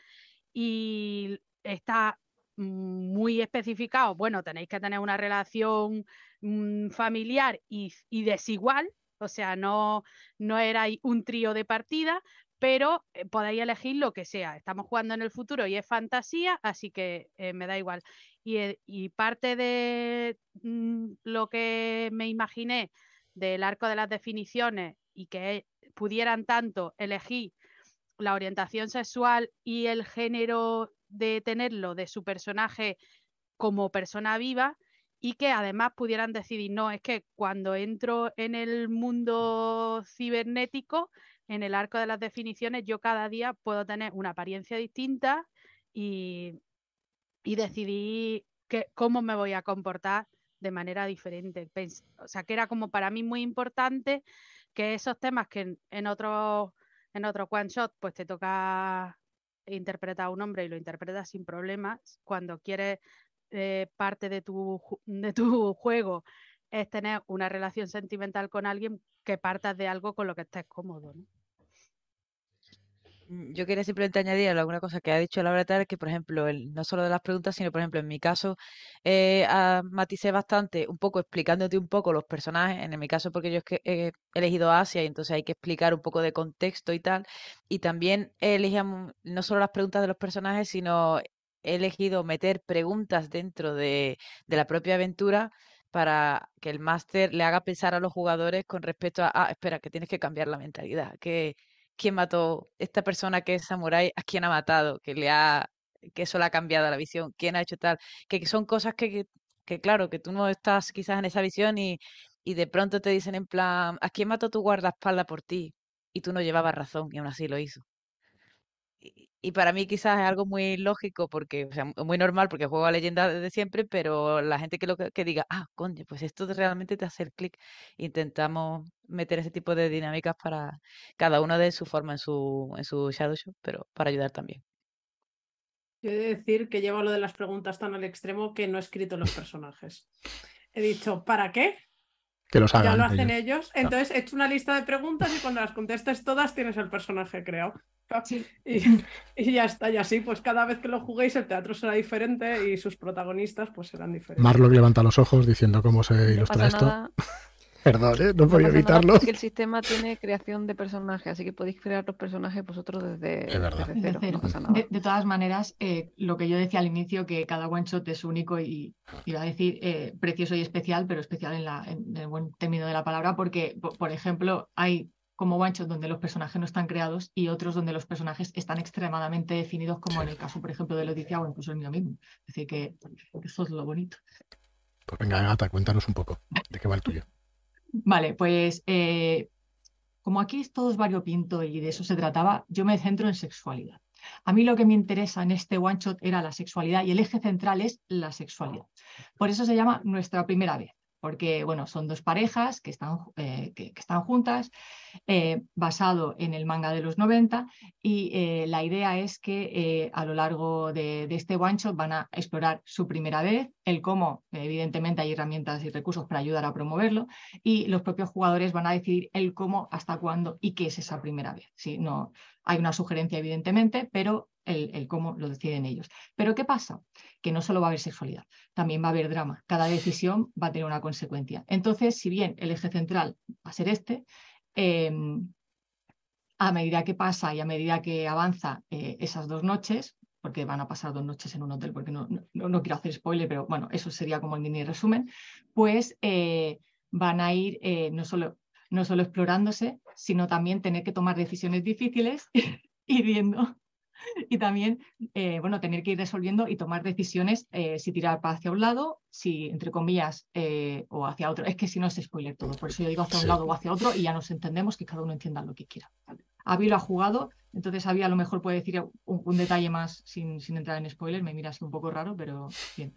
y está mm, muy especificado, bueno, tenéis que tener una relación mm, familiar y, y desigual, o sea, no, no erais un trío de partida, pero eh, podéis elegir lo que sea. Estamos jugando en el futuro y es fantasía, así que eh, me da igual. Y, eh, y parte de mm, lo que me imaginé del arco de las definiciones y que pudieran tanto elegir la orientación sexual y el género de tenerlo de su personaje como persona viva y que además pudieran decidir, no, es que cuando entro en el mundo cibernético, en el arco de las definiciones, yo cada día puedo tener una apariencia distinta y, y decidir que, cómo me voy a comportar de manera diferente. Pens- o sea, que era como para mí muy importante que esos temas que en, en otros en otro one shot pues te toca interpretar a un hombre y lo interpretas sin problemas, cuando quieres eh, parte de tu, ju- de tu juego es tener una relación sentimental con alguien, que partas de algo con lo que estés cómodo, ¿no? Mm, Yo quería simplemente añadir alguna cosa que ha dicho Laura tal, que por ejemplo, el- no solo de las preguntas, sino por ejemplo, en mi caso, eh, ah, maticé bastante, un poco explicándote un poco los personajes, en mi caso porque yo es que he elegido Asia y entonces hay que explicar un poco de contexto y tal, y también elegíamos no solo las preguntas de los personajes, sino he elegido meter preguntas dentro de, de la propia aventura para que el máster le haga pensar a los jugadores con respecto a, ah, espera, que tienes que cambiar la mentalidad, que quién mató esta persona que es samurái, a quién ha matado, que le ha, que eso le ha cambiado la visión, quién ha hecho tal, que son cosas que, que, que, claro, que tú no estás quizás en esa visión y, y de pronto te dicen en plan, ¿a quién mató tu guardaespaldas por ti? Y tú no llevabas razón y aún así lo hizo. Y, y para mí quizás es algo muy lógico porque, o sea, mu- muy normal porque juego a leyenda desde siempre, pero la gente que lo que, que diga, ah, coño, pues esto realmente te hace el clic. Intentamos meter ese tipo de dinámicas para cada uno de su forma en su, en su Shadow Shop, pero para ayudar también. Yo he de decir que llevo lo de las preguntas tan al extremo que no he escrito los personajes. He dicho, ¿para qué? Que los Ya hagan lo hacen ellos. ellos. Entonces he hecho una lista de preguntas y cuando las contestes todas tienes el personaje creado. Y, y ya está. Y así, pues cada vez que lo juguéis el teatro será diferente y sus protagonistas pues serán diferentes. Marlock levanta los ojos diciendo cómo se No ilustra pasa esto. nada. Perdón, ¿eh? No No podía pasa nada evitarlo. porque el sistema tiene creación de personajes, así que podéis crear los personajes vosotros desde, Es verdad. desde De cero, cero. no pasa nada. De, de todas maneras, eh, lo que yo decía al inicio, que cada one shot es único y iba a decir eh, precioso y especial, pero especial en, la, en el buen término de la palabra, porque, por, por ejemplo, hay como one shot donde los personajes no están creados y otros donde los personajes están extremadamente definidos, como en el caso, por ejemplo, de Leticia o incluso el mío mismo. Es decir, que, que eso es lo bonito. Pues venga, Gata, cuéntanos un poco de qué va el tuyo. Vale, pues eh, como aquí es todo es variopinto y de eso se trataba, yo me centro en sexualidad. A mí lo que me interesa en este one shot era la sexualidad y el eje central es la sexualidad. Por eso se llama Nuestra Primera Vez. porque bueno, son dos parejas que están, eh, que, que están juntas, eh, basado en el manga de los noventa, y eh, la idea es que eh, a lo largo de, de este one shot van a explorar su primera vez, el cómo, evidentemente hay herramientas y recursos para ayudar a promoverlo, y los propios jugadores van a decidir el cómo, hasta cuándo y qué es esa primera vez. ¿Sí? No, hay una sugerencia evidentemente, pero el, el cómo lo deciden ellos. Pero ¿qué pasa? Que no solo va a haber sexualidad, también va a haber drama. Cada decisión va a tener una consecuencia. Entonces, si bien el eje central va a ser este, eh, a medida que pasa y a medida que avanza eh, esas dos noches, porque van a pasar dos noches en un hotel, porque no, no, no quiero hacer spoiler, pero bueno, eso sería como el mini resumen, pues eh, van a ir eh, no solo, no solo explorándose, sino también tener que tomar decisiones difíciles y viendo. Y también, eh, bueno, tener que ir resolviendo y tomar decisiones, eh, si tirar para hacia un lado, si, entre comillas, eh, o hacia otro. Es que si no es spoiler todo, por eso yo digo hacia un Sí. lado o hacia otro y ya nos entendemos, que cada uno entienda lo que quiera. Avi lo ha jugado, entonces Avi a lo mejor puede decir un, un detalle más sin, sin entrar en spoiler. Me mira así un poco raro, pero bien.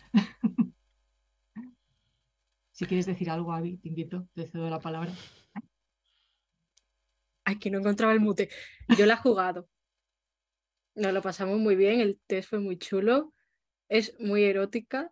Si quieres decir algo, Avi, te invito, te cedo la palabra. Ay, que no encontraba el mute. Yo la he jugado. Nos lo pasamos muy bien, el test fue muy chulo, es muy erótica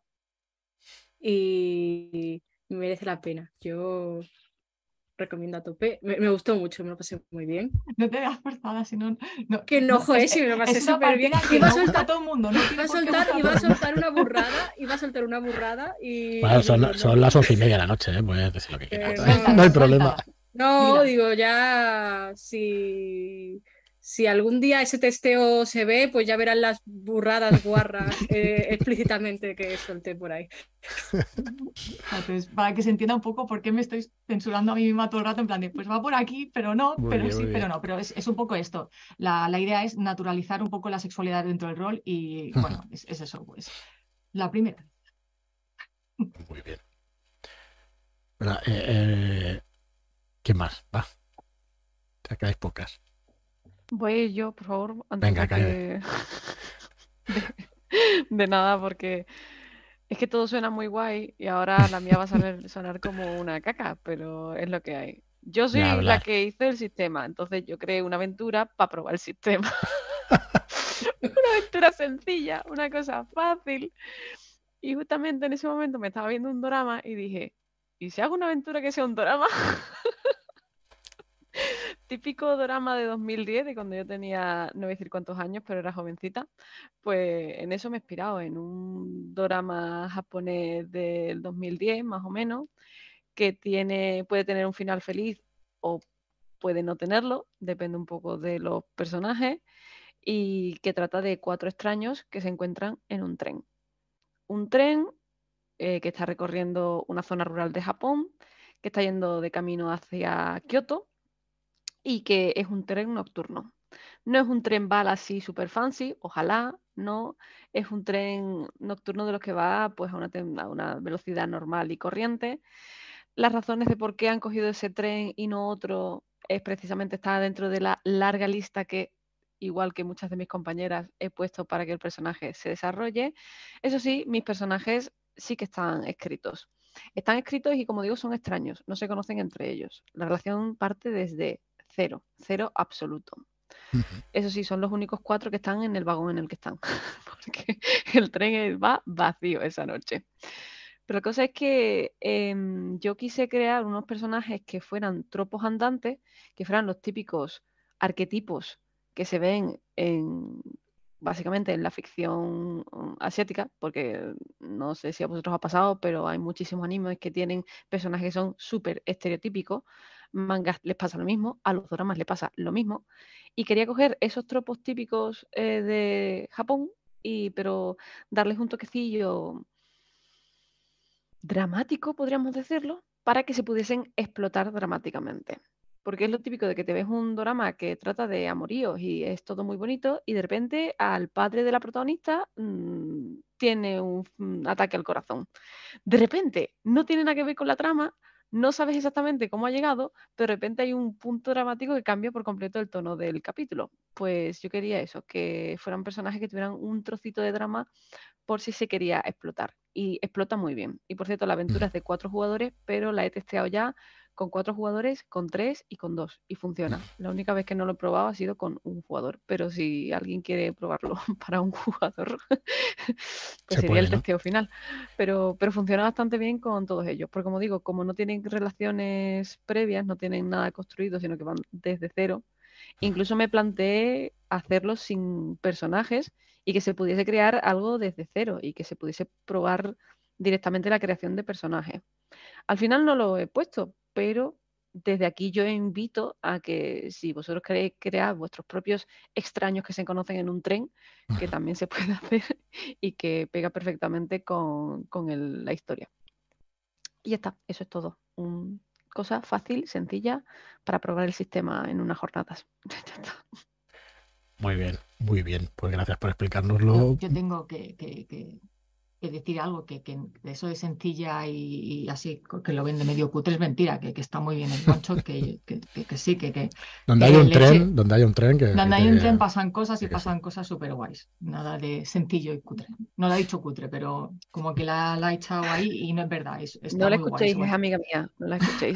y merece la pena. Yo recomiendo a tope. Me, me gustó mucho, me lo pasé muy bien. No te veas forzada, si no... no Que no, joder, si me lo pasé es una súper bien. partida que Iba a no gusta soltar, a todo el mundo, no tiene iba a por qué soltar, gustar a iba a todo el mundo. soltar una burrada, iba a soltar una burrada y... Bueno, y son, no, son las once y media de la noche, ¿eh? Puedes decir lo que quieras. Pero No hay problema. No, Mira. digo, ya si, si algún día ese testeo se ve, pues ya verán las burradas guarras eh, explícitamente que solté por ahí. Entonces, para que se entienda un poco por qué me estoy censurando a mí misma todo el rato, en plan de, pues va por aquí, pero no, Muy pero bien, sí, muy pero bien. no, pero es, es un poco esto. La, la idea es naturalizar un poco la sexualidad dentro del rol y, bueno, es, es eso, pues. La primera. Muy bien. Bueno, eh, eh, ¿quién más? Va. Sacáis pocas. Voy yo, por favor, antes Venga, de cae. que... de, de nada, porque es que todo suena muy guay y ahora la mía va a sonar, sonar como una caca, pero es lo que hay. Yo Ni soy la hablar. que hizo el sistema, entonces yo creé una aventura para probar el sistema. Una aventura sencilla, una cosa fácil. Y justamente en ese momento me estaba viendo un dorama y dije, ¿y si hago una aventura que sea un dorama? Típico dorama de dos mil diez, de cuando yo tenía, no voy a decir cuántos años, pero era jovencita. Pues en eso me he inspirado, en un dorama japonés del dos mil diez, más o menos, que tiene, puede tener un final feliz o puede no tenerlo, depende un poco de los personajes, y que trata de cuatro extraños que se encuentran en un tren. Un tren eh, que está recorriendo una zona rural de Japón, que está yendo de camino hacia Kioto y que es un tren nocturno. No es un tren bala así super fancy, ojalá, no. Es un tren nocturno de los que va pues, a, una, a una velocidad normal y corriente. Las razones de por qué han cogido ese tren y no otro es precisamente estar dentro de la larga lista que, igual que muchas de mis compañeras, he puesto para que el personaje se desarrolle. Eso sí, mis personajes sí que están escritos. Están escritos y, como digo, son extraños, no se conocen entre ellos. La relación parte desde cero, cero absoluto. Eso sí, son los únicos cuatro que están en el vagón en el que están, porque el tren va vacío esa noche. Pero la cosa es que eh, yo quise crear unos personajes que fueran tropos andantes, que fueran los típicos arquetipos que se ven en, básicamente en la ficción asiática, porque no sé si a vosotros os ha pasado, pero hay muchísimos animes que tienen personajes que son súper estereotípicos. Mangas les pasa lo mismo, a los doramas les pasa lo mismo, y quería coger esos tropos típicos eh, de Japón, y, pero darles un toquecillo dramático, podríamos decirlo, para que se pudiesen explotar dramáticamente. Porque es lo típico de que te ves un drama que trata de amoríos y es todo muy bonito y de repente al padre de la protagonista mmm, tiene un, un ataque al corazón. De repente no tiene nada que ver con la trama, no sabes exactamente cómo ha llegado, pero de repente hay un punto dramático que cambia por completo el tono del capítulo. Pues yo quería eso, que fueran personajes que tuvieran un trocito de drama por si se quería explotar. Y explota muy bien. Y por cierto, la aventura es de cuatro jugadores, pero la he testeado ya con cuatro jugadores, con tres y con dos. Y funciona. La única vez que no lo he probado ha sido con un jugador. Pero si alguien quiere probarlo para un jugador, pues Se sería puede, el ¿no? testeo final. Pero, pero funciona bastante bien con todos ellos. Porque como digo, como no tienen relaciones previas, no tienen nada construido, sino que van desde cero. Incluso me planteé hacerlo sin personajes y que se pudiese crear algo desde cero y que se pudiese probar directamente la creación de personajes. Al final no lo he puesto, pero desde aquí yo invito a que si vosotros queréis crear vuestros propios extraños que se conocen en un tren, que también se puede hacer y que pega perfectamente con, con el- la historia. Y ya está, eso es todo. Un, cosa fácil, sencilla, para probar el sistema en unas jornadas. Ya está. Muy bien, muy bien. Pues gracias por Yo, explicárnoslo. yo tengo que, que- que- que decir algo, que, que eso de sencilla y, y así, que lo vende medio cutre es mentira, que, que está muy bien el concho, que, que, que- que sí, que, que, Donde que hay un leche- tren, donde hay un tren que, donde que hay te- un tren pasan cosas y que sí. pasan cosas súper guays. Nada de sencillo y cutre. No lo ha dicho cutre, pero como que la, la ha echado ahí y no es verdad, es- está No la muy guay. escuchéis, ese es amiga mía, no la escuchéis.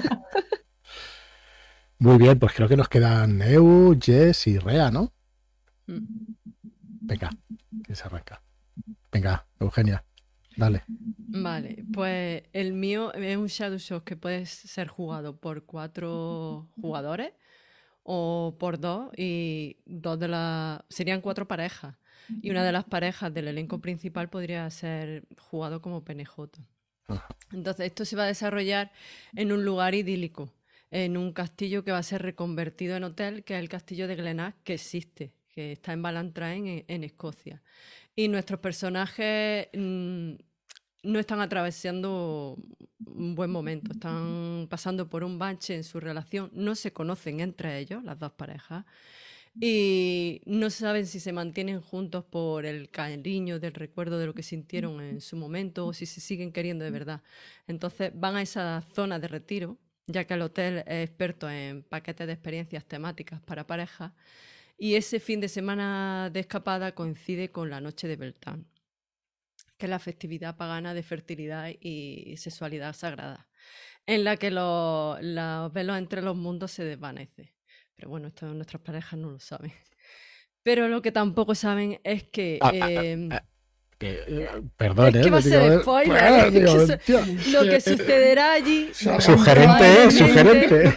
Muy bien, pues creo que nos quedan Eu, Jess y Rea, ¿no? Mm. Venga, que se arranca. Venga, Eugenia, dale. Vale, pues el mío es un Shadow Shot que puede ser jugado por cuatro jugadores o por dos y dos de las... serían cuatro parejas y una de las parejas del elenco principal podría ser jugado como P N J. Entonces esto se va a desarrollar en un lugar idílico, en un castillo que va a ser reconvertido en hotel, que es el castillo de Glenach, que existe, que está en Ballantrae, en, en Escocia. Y nuestros personajes mm, no están atravesando un buen momento, están pasando por un bache en su relación, no se conocen entre ellos, las dos parejas, y no saben si se mantienen juntos por el cariño del recuerdo de lo que sintieron en su momento o si se siguen queriendo de verdad. Entonces van a esa zona de retiro, ya que el hotel es experto en paquetes de experiencias temáticas para parejas, y ese fin de semana de escapada coincide con la noche de Beltane, que es la festividad pagana de fertilidad y sexualidad sagrada, en la que los, los velos entre los mundos se desvanecen. Pero bueno, esto nuestras parejas no lo saben. Pero lo que tampoco saben es que... Ah, ah, eh, ah, que, eh, perdón, es que eh, va a digo, ser eh, spoiler. ah, es que digo, su- tío, lo que eh, sucederá allí... Sugerente, eh, sugerente.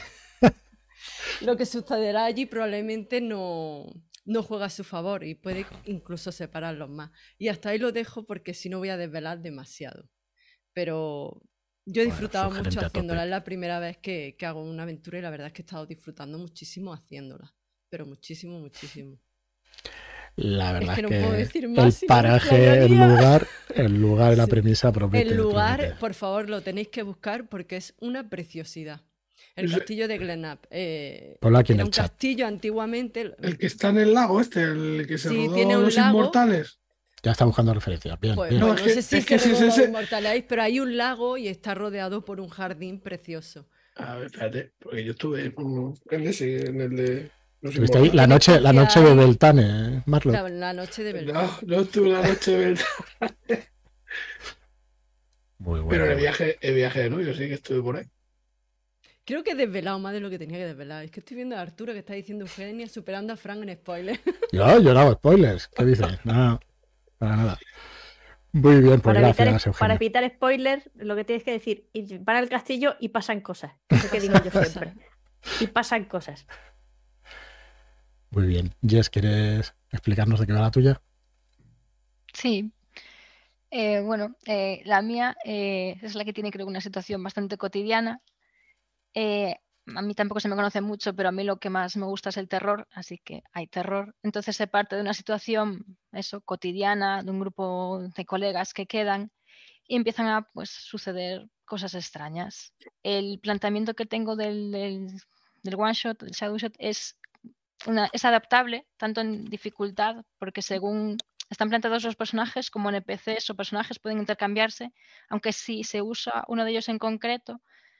Lo que sucederá allí probablemente no, no juega a su favor y puede incluso separarlos más. Y hasta ahí lo dejo porque si no voy a desvelar demasiado. Pero yo he Bueno, disfrutado sugerente mucho a tope. haciéndola. Es la primera vez que, que hago una aventura y la verdad es que he estado disfrutando muchísimo haciéndola. Pero muchísimo, muchísimo. La verdad que es no que, puedo decir el más, si no me paraje, el explayaría. lugar, el lugar y la Sí. premisa promete. El lugar, promete. por favor, lo tenéis que buscar porque es una preciosidad. El Ese- castillo de Glenap. Eh, Ponlo aquí en era el un chat. castillo antiguamente. El que está en el lago este, el que se Sí, rodó tiene un Los lago. Inmortales. Ya está buscando referencias. Bien, Pues, bien. pues No, no, es sé que- si es se que si es rodó los ese- Inmortales, pero hay un lago y está rodeado por un jardín precioso. A ver, espérate, porque yo estuve mm, en ese, en el de Los Estuviste ahí la Inmortales. noche, la Escocia noche de hay- Beltane, ¿eh, Marlo? La, la noche de Beltane. No, no estuve la noche de verdad. Muy bueno. Pero en el muy viaje, el viaje de novio sí que estuve por ahí. Creo que he desvelado más de lo que tenía que desvelar. Es que estoy viendo a Arturo que está diciendo Eugenia superando a Frank en spoiler. bueno. Yo, yo no hago spoilers. ¿Qué dices? No, para nada. Muy bien, pues Para evitar, gracias, para Eugenia. evitar spoilers, lo que tienes que decir, y van al castillo y pasan cosas. Es lo que digo yo siempre. Y pasan cosas. Muy bien. Jess, ¿quieres explicarnos de qué va la tuya? Sí. Eh, bueno, eh, la mía eh, es la que tiene, creo, una situación bastante cotidiana. Eh, a mí tampoco se me conoce mucho, pero a mí lo que más me gusta es el terror, así que hay terror. Entonces se parte de una situación, eso, cotidiana, de un grupo de colegas que quedan y empiezan a, pues, suceder cosas extrañas. El planteamiento que tengo del, del, del one shot, del shadow shot, es, una, es adaptable, tanto en dificultad, porque según están planteados los personajes como N P Cs o personajes pueden intercambiarse, aunque si se usa uno de ellos en concreto,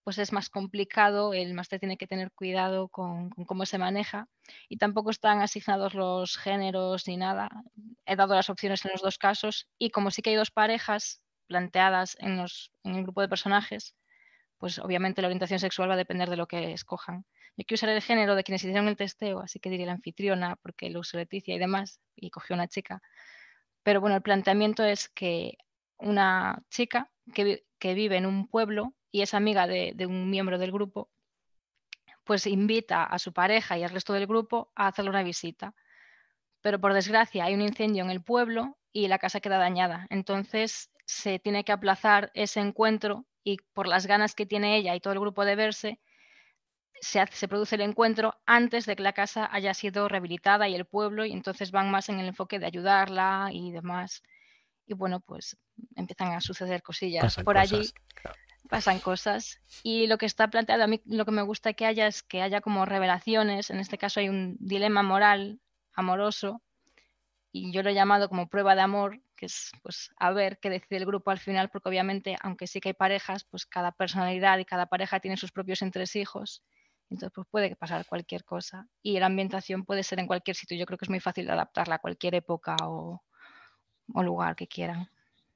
pues es más complicado, el máster tiene que tener cuidado con, con cómo se maneja y tampoco están asignados los géneros ni nada. He dado las opciones en los dos casos y como sí que hay dos parejas planteadas en, los, en el grupo de personajes, pues obviamente la orientación sexual va a depender de lo que escojan. Yo quiero usar el género de quienes hicieron el testeo, así que diré la anfitriona, porque lo usó Leticia y demás, y cogió una chica. Pero bueno, el planteamiento es que una chica que, que vive en un pueblo y es amiga de, de un miembro del grupo, pues invita a su pareja y al resto del grupo a hacerle una visita. Pero por desgracia hay un incendio en el pueblo y la casa queda dañada. Entonces se tiene que aplazar ese encuentro y por las ganas que tiene ella y todo el grupo de verse, se, hace, se produce el encuentro antes de que la casa haya sido rehabilitada y el pueblo, y entonces van más en el enfoque de ayudarla y demás. Y bueno, pues empiezan a suceder cosillas Pasan por cosas, allí. claro. Pasan cosas y lo que está planteado, a mí lo que me gusta que haya es que haya como revelaciones. En este caso hay un dilema moral, amoroso, y yo lo he llamado como prueba de amor, que es pues a ver qué decide el grupo al final, porque obviamente aunque sí que hay parejas, pues cada personalidad y cada pareja tiene sus propios entresijos, entonces pues puede pasar cualquier cosa y la ambientación puede ser en cualquier sitio. Yo creo que es muy fácil de adaptarla a cualquier época o, o lugar que quieran.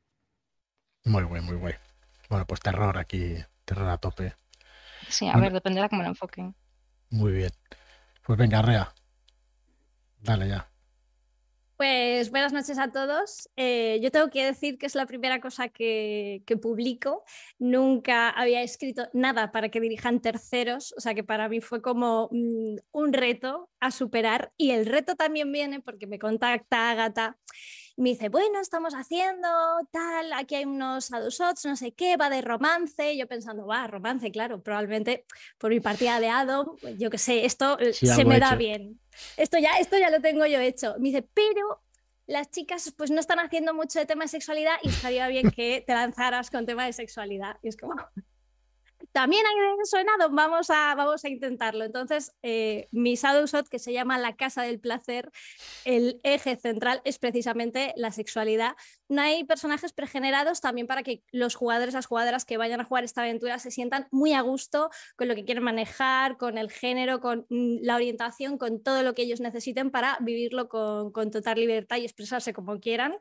Muy guay, muy guay. Bueno, pues terror aquí, terror a tope. Sí, a Bueno, ver, dependerá cómo lo enfoquen. muy bien. Pues venga, Rea, dale ya. Pues buenas noches a todos. Eh, yo tengo que decir que es la primera cosa que, que publico. Nunca había escrito nada para que dirijan terceros, o sea que para mí fue como mm, un reto a superar. Y el reto también viene porque me contacta Ágata y me dice, bueno, estamos haciendo tal, aquí hay unos adusots, no sé qué, va de romance. Yo pensando, va, romance, claro, probablemente por mi partida de Ado, yo qué sé, esto Sí, se algo me da hecho. bien. Esto ya, esto ya lo tengo yo hecho. Me dice, pero las chicas pues no están haciendo mucho de tema de sexualidad y estaría bien que te lanzaras con tema de sexualidad. Y es como, también hay de eso en Ado, vamos a, vamos a intentarlo. Entonces, eh, mi Shadowshot, que se llama La Casa del Placer, el eje central es precisamente la sexualidad. No hay personajes pregenerados también para que los jugadores, las jugadoras que vayan a jugar esta aventura se sientan muy a gusto con lo que quieren manejar, con el género, con mm, la orientación, con todo lo que ellos necesiten para vivirlo con, con total libertad y expresarse como quieran.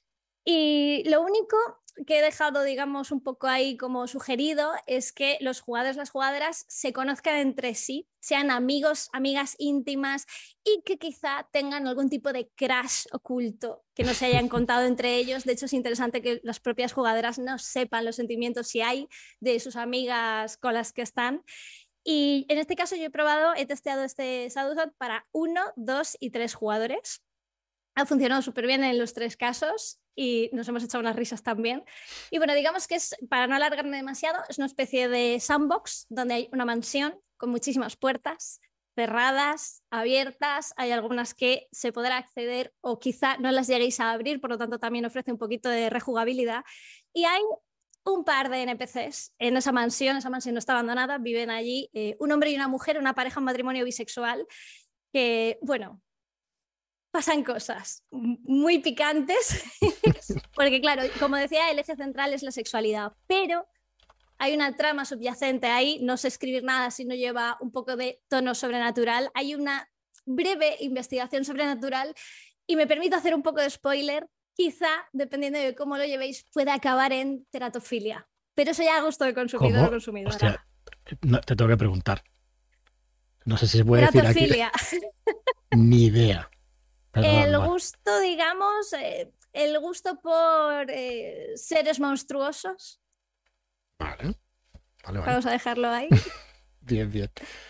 Y lo único que he dejado, digamos, un poco ahí como sugerido es que los jugadores, las jugadoras se conozcan entre sí, sean amigos, amigas íntimas y que quizá tengan algún tipo de crush oculto que no se hayan contado entre ellos. De hecho, es interesante que las propias jugadoras no sepan los sentimientos si hay de sus amigas con las que están. Y en este caso yo he probado, he testeado este Shadowshot para uno, dos y tres jugadores. Ha funcionado súper bien en los tres casos y nos hemos echado unas risas también. Y bueno, digamos que es, para no alargarme demasiado, es una especie de sandbox donde hay una mansión con muchísimas puertas cerradas, abiertas, hay algunas que se podrá acceder o quizá no las lleguéis a abrir, por lo tanto también ofrece un poquito de rejugabilidad. Y hay un par de N P Cs en esa mansión, esa mansión no está abandonada, viven allí eh, un hombre y una mujer, una pareja, un matrimonio bisexual, que bueno, pasan cosas muy picantes, porque claro, como decía, el eje central es la sexualidad, pero hay una trama subyacente ahí, no sé escribir nada si no lleva un poco de tono sobrenatural, hay una breve investigación sobrenatural y me permito hacer un poco de spoiler, quizá, dependiendo de cómo lo llevéis, pueda acabar en teratofilia, pero eso ya a gusto de consumidor ¿Cómo? o consumidora. Hostia, no, te tengo que preguntar. No sé si se puede decir aquí. Teratofilia. Ni idea. Perdón, El vale. gusto, digamos, eh, el gusto por eh, seres monstruosos. Vale. Vale, vale. Vamos a dejarlo ahí. Bien, bien.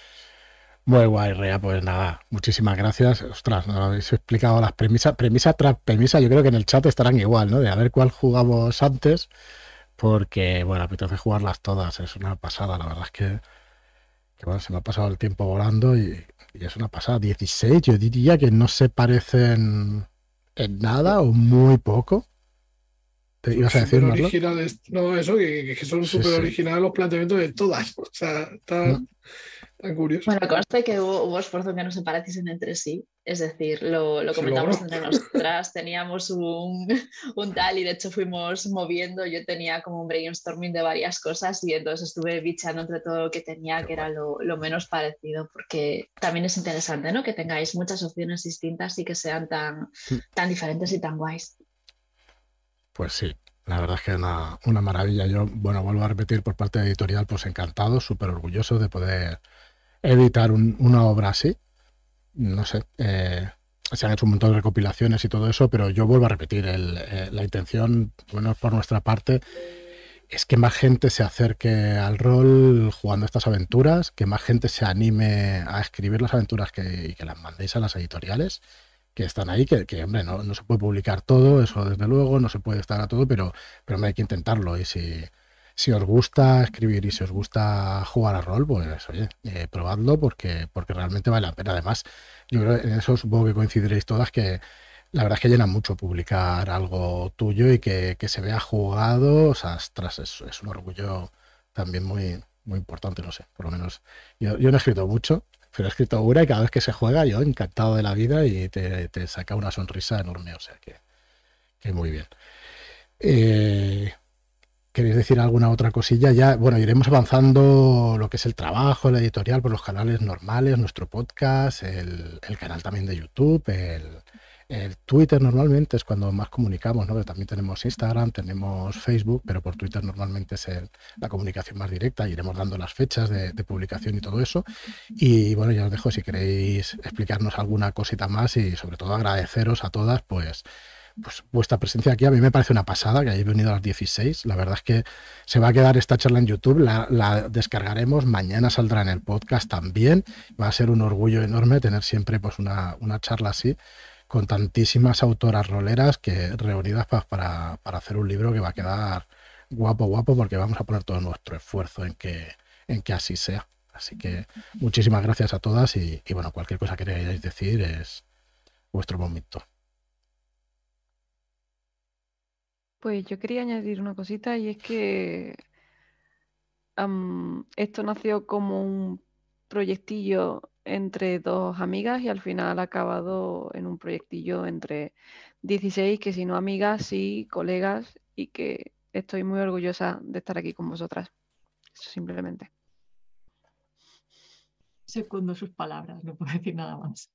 Muy guay, Rea. Pues nada, muchísimas gracias. Ostras, nos habéis explicado las premisas. Premisa tras premisa, yo creo que en el chat estarán igual, ¿no? De a ver cuál jugamos antes. Porque, bueno, apetece jugarlas todas. Es una pasada, la verdad es que, que bueno, se me ha pasado el tiempo volando y, y es una pasada. dieciséis, yo diría que no se parecen en nada o muy poco. ¿Te ibas a decir, Súper Marlo? originales. No, eso, que, que son Sí, súper sí. originales los planteamientos de todas. O sea, tan, No. tan curioso. Bueno, conste que hubo, hubo esfuerzo en que no se pareciesen entre sí. Es decir, lo, lo Se comentamos logró. entre nosotras, teníamos un, un tal y de hecho fuimos moviendo. Yo tenía como un brainstorming de varias cosas y entonces estuve bichando entre todo lo que tenía, que era lo, lo menos parecido, porque también es interesante, ¿no? Que tengáis muchas opciones distintas y que sean tan, tan diferentes y tan guays. Pues sí, la verdad es que es una, una maravilla. Yo, bueno, vuelvo a repetir por parte de editorial, pues encantado, súper orgulloso de poder editar un- una obra así. No sé, eh, se han hecho un montón de recopilaciones y todo eso, pero yo vuelvo a repetir, el, eh, la intención, bueno, por nuestra parte, es que más gente se acerque al rol jugando estas aventuras, que más gente se anime a escribir las aventuras que, y que las mandéis a las editoriales que están ahí, que, que, hombre, no, no se puede publicar todo, eso desde luego, no se puede estar a todo, pero, pero hombre, hay que intentarlo. Y si, si os gusta escribir y si os gusta jugar a rol, pues oye, eh, probadlo porque, porque realmente vale la pena. Además, yo creo que en eso supongo que coincidiréis todas que la verdad es que llena mucho publicar algo tuyo y que, que se vea jugado, o sea, ostras, es, es un orgullo también muy, muy importante, no sé, por lo menos yo, yo no he escrito mucho, pero he escrito una y cada vez que se juega yo encantado de la vida y te, te saca una sonrisa enorme, o sea que, que muy bien. Eh, ¿Queréis decir alguna otra cosilla? Ya, bueno, iremos avanzando lo que es el trabajo, la editorial, por los canales normales, nuestro podcast, el, el canal también de YouTube, el, el Twitter normalmente es cuando más comunicamos, ¿no? Pero también tenemos Instagram, tenemos Facebook, pero por Twitter normalmente es el- la comunicación más directa. Iremos dando las fechas de, de publicación y todo eso. Y bueno, ya os dejo si queréis explicarnos alguna cosita más y sobre todo agradeceros a todas, pues pues vuestra presencia aquí. A mí me parece una pasada que hayáis venido a las dieciséis. La verdad es que se va a quedar esta charla en YouTube, la, la descargaremos, mañana saldrá en el podcast también. Va a ser un orgullo enorme tener siempre pues una, una charla así con tantísimas autoras roleras que reunidas pa- para, para hacer un libro que va a quedar guapo, guapo, porque vamos a poner todo nuestro esfuerzo en que, en que así sea. Así que muchísimas gracias a todas y, y bueno, cualquier cosa que queráis decir es vuestro momento. Pues yo quería añadir una cosita y es que am, esto nació como un proyectillo entre dos amigas y al final ha acabado en un proyectillo entre dieciséis, que si no amigas, sí colegas, y que estoy muy orgullosa de estar aquí con vosotras. Eso simplemente. Secundo sus palabras, no puedo decir nada más.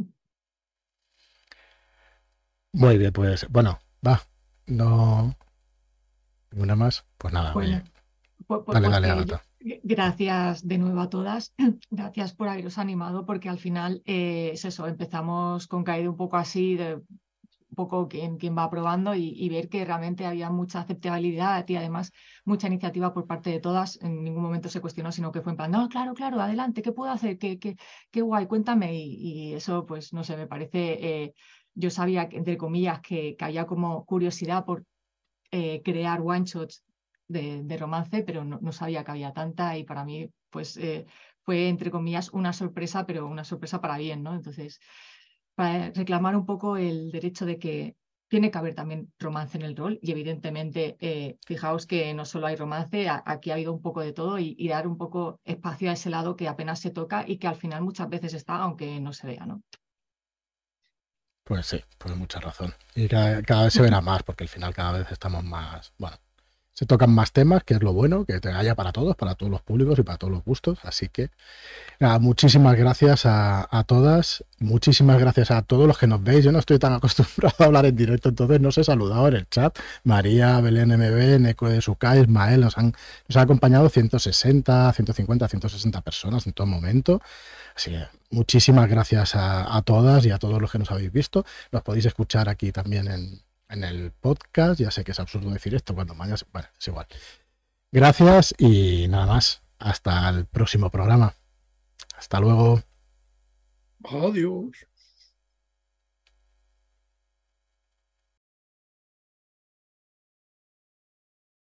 Muy bien, pues bueno, va. No, ninguna más. Pues nada, Bueno, oye. Pues, pues- Dale, pues dale, que Agatha. yo- gracias de nuevo a todas. Gracias por haberos animado, porque al final eh, es eso, empezamos con Kaede un poco así, de un poco quién, quién va probando y, y ver que realmente había mucha aceptabilidad y además mucha iniciativa por parte de todas. En ningún momento se cuestionó, sino que fue en plan, no, claro, claro, adelante, ¿qué puedo hacer? ¿Qué, qué, qué guay? Cuéntame. Y, y eso, pues no sé, me parece, eh, yo sabía, que, entre comillas, que, que había como curiosidad por eh, crear one shots de, de romance, pero no, no sabía que había tanta y para mí pues eh, fue entre comillas una sorpresa, pero una sorpresa para bien, ¿no? Entonces, para reclamar un poco el derecho de que tiene que haber también romance en el rol y evidentemente eh, fijaos que no solo hay romance, a- aquí ha habido un poco de todo y, y dar un poco espacio a ese lado que apenas se toca y que al final muchas veces está aunque no se vea, ¿no? Pues sí, pues mucha razón. Y cada, cada vez se verá más, porque al final cada vez estamos más, bueno, se tocan más temas, que es lo bueno, que te haya para todos, para todos los públicos y para todos los gustos. Así que nada, muchísimas gracias a, a todas, muchísimas gracias a todos los que nos veis. Yo no estoy tan acostumbrado a hablar en directo, entonces no os he saludado en el chat. María, Belén M B, Neko de Sukai, Ismael, nos han, nos han acompañado ciento sesenta, ciento cincuenta, ciento sesenta personas en todo momento. Así que muchísimas gracias a, a todas y a todos los que nos habéis visto. Nos podéis escuchar aquí también en, en el podcast. Ya sé que es absurdo decir esto cuando mañana... Bueno, es igual. Gracias y nada más. Hasta el próximo programa. Hasta luego. Adiós.